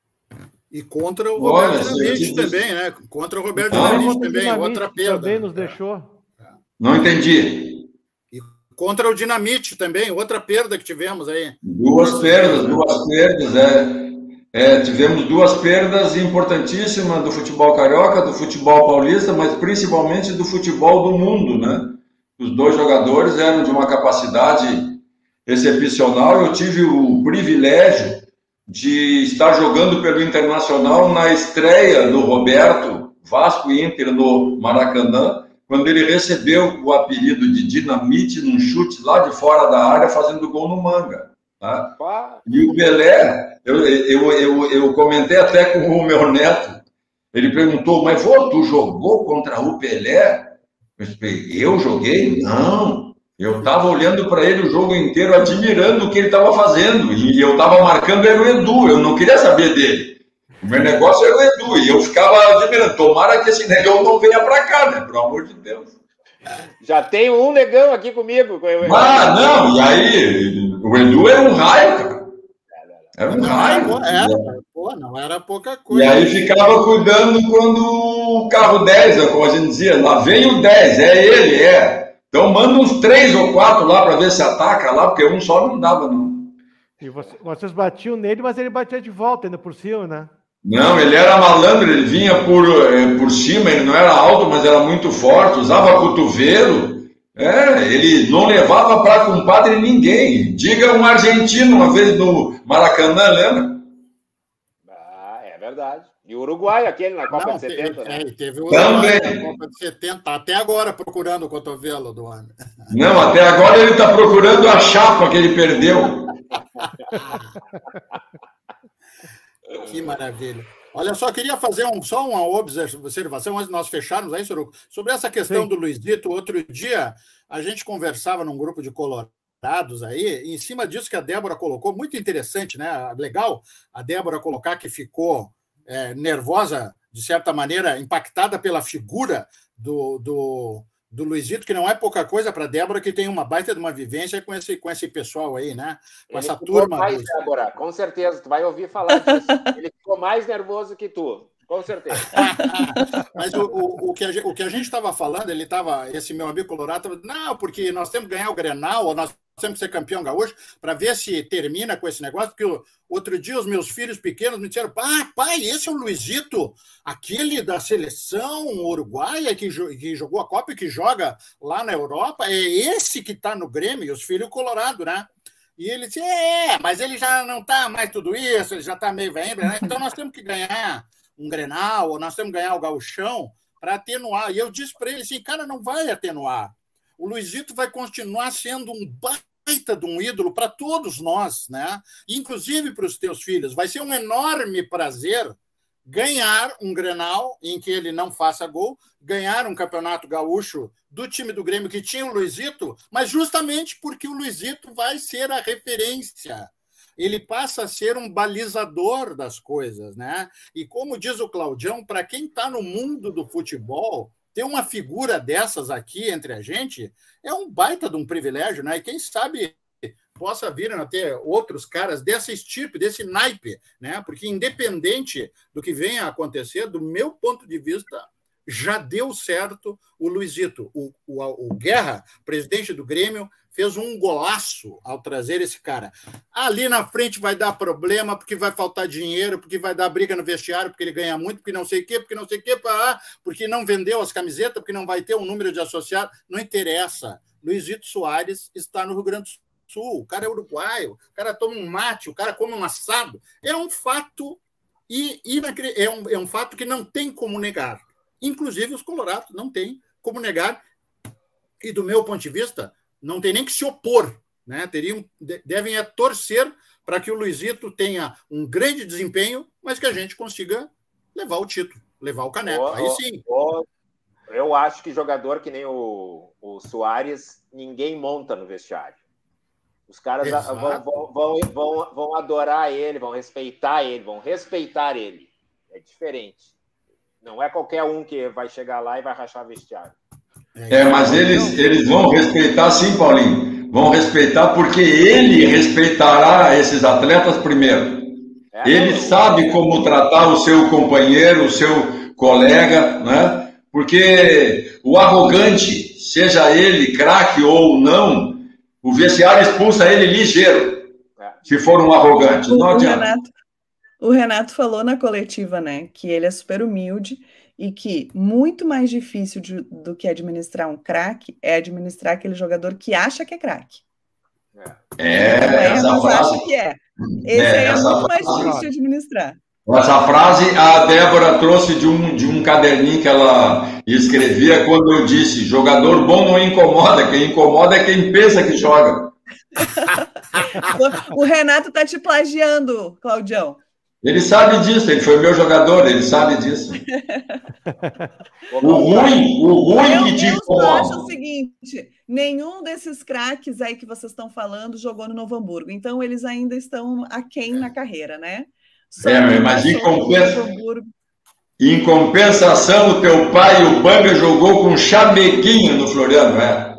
E contra o Roberto Dinamite também, né? Contra o Roberto Dinamite também, outra perda. Também nos deixou. Não entendi. E contra o Dinamite também, outra perda que tivemos aí. Duas perdas, duas perdas, é. é. Tivemos duas perdas importantíssimas do futebol carioca, do futebol paulista, mas principalmente do futebol do mundo, né? Os dois jogadores eram de uma capacidade excepcional. Eu tive o privilégio de estar jogando pelo Internacional na estreia do Roberto, Vasco e Inter no Maracanã, quando ele recebeu o apelido de Dinamite num chute lá de fora da área, fazendo gol no Manga. Tá? E o Belé, eu, eu, eu, eu comentei até com o meu neto, ele perguntou, mas vô, tu jogou contra o Pelé? Eu disse, eu joguei? Não. Eu estava olhando para ele o jogo inteiro, admirando o que ele estava fazendo. E eu estava marcando era o Edu, eu não queria saber dele. O meu negócio era o Edu, e eu ficava admirando. Tomara que esse negão não venha para cá, né? Pelo amor de Deus. Já tem um negão aqui comigo. Ah, não, e aí, o Edu era um raio, cara. Era um raio. Era, pô, não era pouca coisa. E aí ficava cuidando quando o carro dez, como a gente dizia, lá vem o dez, é ele, é. Então manda uns três ou quatro lá para ver se ataca lá, porque um só não dava, não. E você, vocês batiam nele, mas ele batia de volta ainda por cima, né? Não, ele era malandro, ele vinha por, por cima, ele não era alto, mas era muito forte, usava cotovelo. É, ele não levava para compadre ninguém. Diga um argentino uma vez no Maracanã, lembra? Ah, é verdade. E o Uruguai, aquele na Copa não, de setenta. Teve, né? teve o Uruguai na Copa de setenta, até agora procurando o cotovelo do homem. Não, até agora ele está procurando a chapa que ele perdeu. Que maravilha. Olha só, queria fazer um, só uma observação antes de nós fecharmos aí, Soruco, sobre essa questão Sim. do Luizito. Outro dia a gente conversava num grupo de colorados aí, e em cima disso que a Débora colocou, muito interessante, né? Legal a Débora colocar que ficou é, nervosa, de certa maneira, impactada pela figura do, do, do Luizito, que não é pouca coisa para a Débora, que tem uma baita de uma vivência com esse, com esse pessoal aí, né? Com Ele essa turma. Mais, do... Débora, com certeza, tu vai ouvir falar disso. Ele ficou mais nervoso que tu. Com certeza. Mas o, o, o, que a gente, o que a gente estava falando, ele estava, esse meu amigo colorado estava, não, porque nós temos que ganhar o Grenal, ou nós temos que ser campeão gaúcho, para ver se termina com esse negócio, porque o, outro dia os meus filhos pequenos me disseram, ah, pai, esse é o Luizito, aquele da seleção uruguaia que, que jogou a Copa e que joga lá na Europa, é esse que está no Grêmio, e os filhos colorados, né? E ele disse, é, mas ele já não está mais tudo isso, ele já está meio velho, né? Então nós temos que ganhar um Grenal, ou nós temos que ganhar o Gauchão para atenuar. E eu disse para ele assim, cara, não vai atenuar. O Luizito vai continuar sendo um baita de um ídolo para todos nós, né? Inclusive para os teus filhos. Vai ser um enorme prazer ganhar um Grenal em que ele não faça gol, ganhar um campeonato gaúcho do time do Grêmio que tinha o Luizito, mas justamente porque o Luizito vai ser a referência. Ele passa a ser um balizador das coisas, né? E como diz o Claudião, para quem está no mundo do futebol, ter uma figura dessas aqui entre a gente é um baita de um privilégio, né? E quem sabe possa vir a ter outros caras desse tipo, desse naipe, né? Porque independente do que venha a acontecer, do meu ponto de vista, já deu certo o Luizito. O, o, o Guerra, presidente do Grêmio, fez um golaço ao trazer esse cara. Ali na frente vai dar problema, porque vai faltar dinheiro, porque vai dar briga no vestiário, porque ele ganha muito, porque não sei o quê, porque não sei o quê, porque não vendeu as camisetas, porque não vai ter um número de associados. Não interessa. Luizito Soares está no Rio Grande do Sul. O cara é uruguaio, o cara toma um mate, o cara come um assado. É um fato, e, e é, um, é um fato que não tem como negar. Inclusive os colorados não tem como negar. E do meu ponto de vista, não tem nem que se opor, né? Teriam, devem é torcer para que o Luizito tenha um grande desempenho, mas que a gente consiga levar o título, levar o caneco. Oh, Aí sim. Oh, eu acho que jogador que nem o, o Soares, ninguém monta no vestiário. Os caras vão, vão, vão, vão, vão adorar ele, vão respeitar ele, vão respeitar ele. É diferente. Não é qualquer um que vai chegar lá e vai rachar vestiário. É, mas eles, eles vão respeitar sim, Paulinho. Vão respeitar porque ele respeitará esses atletas primeiro. É, ele não, sabe como tratar o seu companheiro, o seu colega, né? Porque o arrogante, seja ele craque ou não, o vestiário expulsa ele ligeiro, é. se for um arrogante. O, não o, adianta. Renato, o Renato falou na coletiva, né, que ele é super humilde e que muito mais difícil de, do que administrar um craque é administrar aquele jogador que acha que é craque. É, não é, essa mas frase, acha que é. Esse é, aí é muito mais frase, difícil de administrar. Essa frase a Débora trouxe de um, de um caderninho que ela escrevia quando eu disse: jogador bom não incomoda, quem incomoda é quem pensa que joga. O Renato tá te plagiando, Claudião. Ele sabe disso, ele foi meu jogador, ele sabe disso. O ruim, o ruim eu, que te eu incomoda. Eu acho o seguinte, nenhum desses craques aí que vocês estão falando jogou no Novo Hamburgo, então eles ainda estão aquém na carreira, né? Só é, mas em, compensa... em compensação, o teu pai, o Banga, jogou com chameguinho no Floriano, é?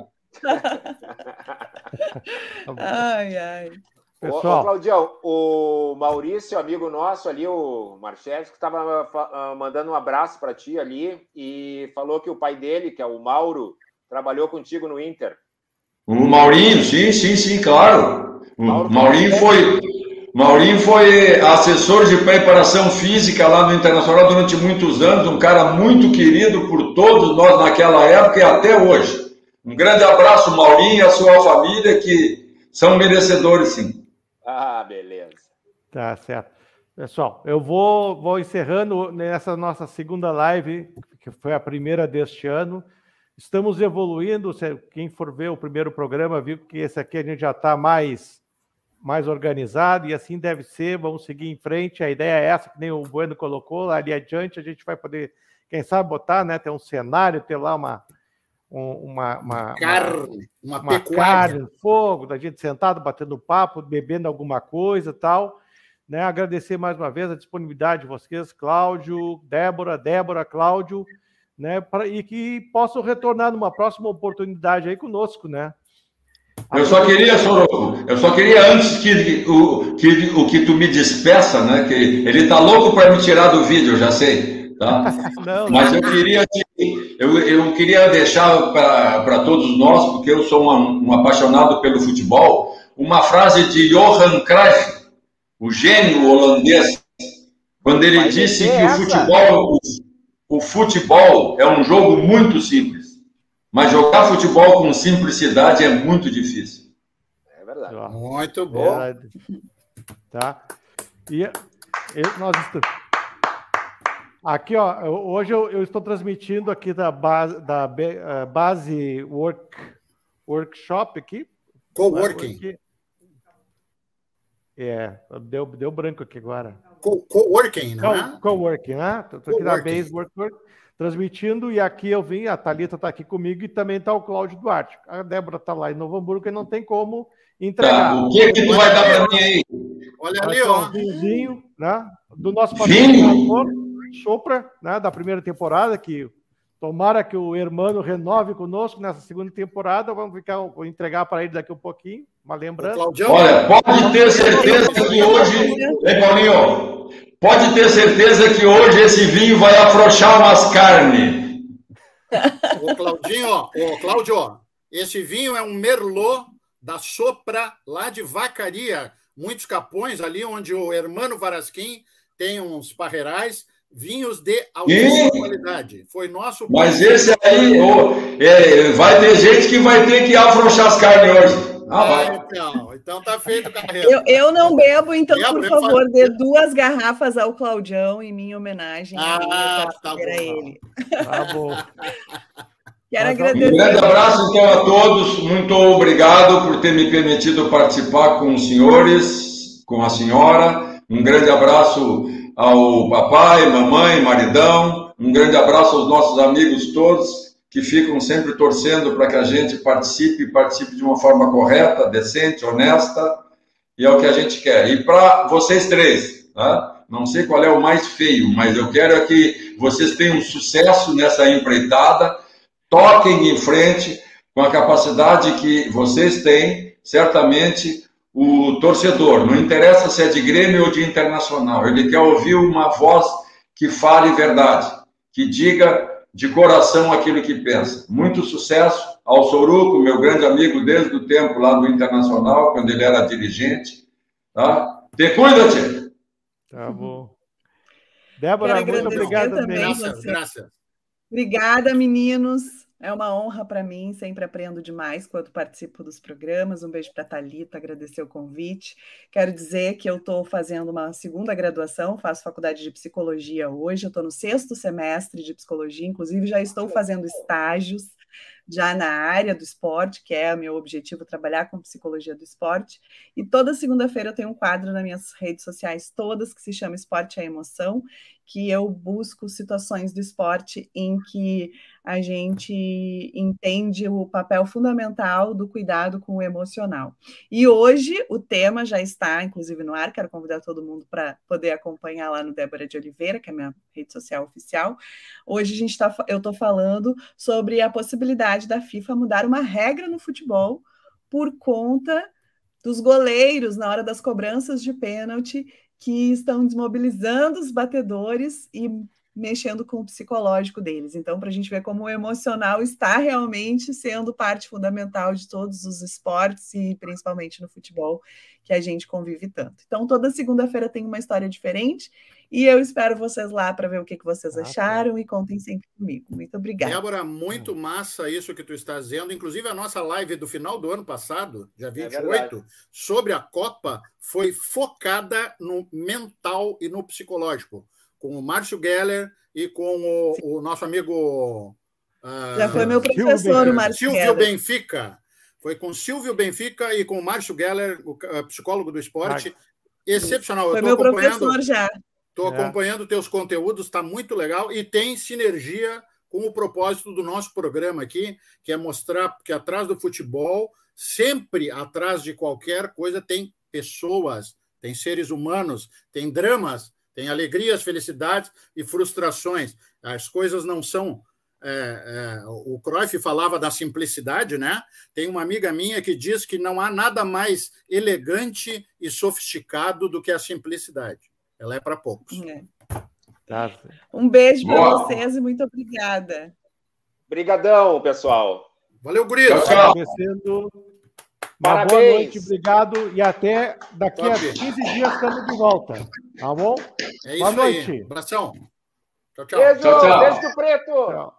Ai, ai. Pessoal. Ô, ô, Claudião, o Maurício, amigo nosso ali, o Marchevski, estava mandando um abraço para ti ali e falou que o pai dele, que é o Mauro, trabalhou contigo no Inter. O Maurinho, sim, sim, sim, claro. O Mauro Maurinho foi, Maurinho foi assessor de preparação física lá no Internacional durante muitos anos, um cara muito querido por todos nós naquela época e até hoje. Um grande abraço, Maurinho, e a sua família, que são merecedores, sim. Ah, beleza. Tá certo. Pessoal, eu vou, vou encerrando nessa nossa segunda live, que foi a primeira deste ano. Estamos evoluindo. Quem for ver o primeiro programa viu que esse aqui a gente já está mais, mais organizado e assim deve ser. Vamos seguir em frente. A ideia é essa, que nem o Bueno colocou. Ali adiante a gente vai poder, quem sabe, botar, né? Ter um cenário, ter lá uma... uma, uma, carne, uma, uma carne no fogo, da gente sentado, batendo papo, bebendo alguma coisa e tal, né? Agradecer mais uma vez a disponibilidade de vocês, Cláudio, Débora, Débora, Cláudio, né? Pra, e que possam retornar numa próxima oportunidade aí conosco, né? Eu só queria, Soroco, eu só queria antes que o que, o que tu me despeça, né? Que ele tá louco para me tirar do vídeo, eu já sei. Tá? Não, mas eu queria, eu, eu queria deixar para todos nós, porque eu sou um, um apaixonado pelo futebol, uma frase de Johan Cruyff, o gênio holandês, quando ele Vai disse que essa. o futebol, o, o futebol é um jogo muito simples, mas jogar futebol com simplicidade é muito difícil. É verdade. beleza. Muito bom. Tá. E eu, nós estamos... Aqui, ó, hoje eu, eu estou transmitindo aqui da base, da uh, base work, workshop aqui. Coworking. É, deu, deu branco aqui agora. Coworking, não é? Coworking, né? Estou aqui na base work, work, transmitindo, e aqui eu vim, a Thalita está aqui comigo e também está o Cláudio Duarte. A Débora está lá em Novo Hamburgo e não tem como entregar. Tá, o que que tu vai dar para mim aí? Olha ali, ó. Um vinhozinho, né? Do nosso patrocinador, Sopra, né? Da primeira temporada, que tomara que o Hermano renove conosco nessa segunda temporada. Vamos ficar, vou entregar para ele daqui um pouquinho, uma lembrança. Olha, pode ter certeza que hoje, hein, Paulinho? Pode ter certeza que hoje esse vinho vai afrouxar umas carnes. Ô, Claudinho, ó, ô, Cláudio, ó, esse vinho é um Merlot da Sopra, lá de Vacaria, muitos Capões, ali onde o Hermano Varasquim tem uns parreirais, vinhos de altíssima qualidade. Foi nosso... Mas esse aí, oh, é, vai ter gente que vai ter que afrouxar as carnes hoje. Ah, vai. Então, então tá feito, carreira. Eu, eu não bebo, então, eu por bebo, favor, faz... dê duas garrafas ao Claudião em minha homenagem. Ah, tá bom. A ele. Tá bom. Quero agradecer. Um grande abraço, então, a todos. Muito obrigado por ter me permitido participar com os senhores, com a senhora. Um grande abraço ao papai, mamãe, maridão. Um grande abraço aos nossos amigos todos que ficam sempre torcendo para que a gente participe e participe de uma forma correta, decente, honesta, e é o que a gente quer. E para vocês três, tá? Não sei qual é o mais feio, mas eu quero que vocês tenham sucesso nessa empreitada, toquem em frente com a capacidade que vocês têm, certamente o torcedor, não interessa se é de Grêmio ou de Internacional, ele quer ouvir uma voz que fale verdade, que diga de coração aquilo que pensa. Muito sucesso ao Soruco, meu grande amigo desde o tempo lá do Internacional, quando ele era dirigente. Tá? Te cuida, tia. Tá bom. Débora, muito obrigado. Também graças, graças. Obrigada, meninos. É uma honra para mim, sempre aprendo demais quando participo dos programas. Um beijo para a Thalita, agradecer o convite. Quero dizer que eu estou fazendo uma segunda graduação, faço faculdade de psicologia hoje, eu estou no sexto semestre de psicologia, inclusive já estou fazendo estágios já na área do esporte, que é o meu objetivo, trabalhar com psicologia do esporte. E toda segunda-feira eu tenho um quadro nas minhas redes sociais todas, que se chama Esporte é Emoção, que eu busco situações do esporte em que a gente entende o papel fundamental do cuidado com o emocional. E hoje o tema já está, inclusive, no ar, quero convidar todo mundo para poder acompanhar lá no Débora de Oliveira, que é a minha rede social oficial. Hoje a gente tá, eu estou falando sobre a possibilidade da FIFA mudar uma regra no futebol por conta dos goleiros na hora das cobranças de pênalti, que estão desmobilizando os batedores e mexendo com o psicológico deles. Então, para a gente ver como o emocional está realmente sendo parte fundamental de todos os esportes e principalmente no futebol, que a gente convive tanto. Então, toda segunda-feira tem uma história diferente e eu espero vocês lá para ver o que, que vocês ah, acharam tá. E contem sempre comigo. Muito obrigada. Débora, muito massa isso que tu está dizendo. Inclusive, a nossa live do final do ano passado, dia vinte e oito, é sobre a Copa, foi focada no mental e no psicológico, com o Márcio Geller e com o, o nosso amigo... Uh, Já foi meu professor, o Márcio Silvio Geller. Benfica. Foi com Silvio Benfica e com o Márcio Geller, o uh, psicólogo do esporte. Ah, excepcional. Foi meu professor já. Estou é. acompanhando teus conteúdos, está muito legal e tem sinergia com o propósito do nosso programa aqui, que é mostrar que atrás do futebol, sempre atrás de qualquer coisa, tem pessoas, tem seres humanos, tem dramas, tem alegrias, felicidades e frustrações. As coisas não são... É, é, o Cruyff falava da simplicidade, né? Tem uma amiga minha que diz que não há nada mais elegante e sofisticado do que a simplicidade. Ela é para poucos. É. Tá. Um beijo para vocês e muito obrigada. Obrigadão, pessoal. Valeu, Gurias. Agradecendo. Uma Parabéns. Boa noite, obrigado. E até daqui Top. a quinze dias estamos de volta. Tá bom? É isso boa aí. noite. Abração. Tchau, tchau. Beijo, tchau, tchau. Beijo do Preto. Tchau.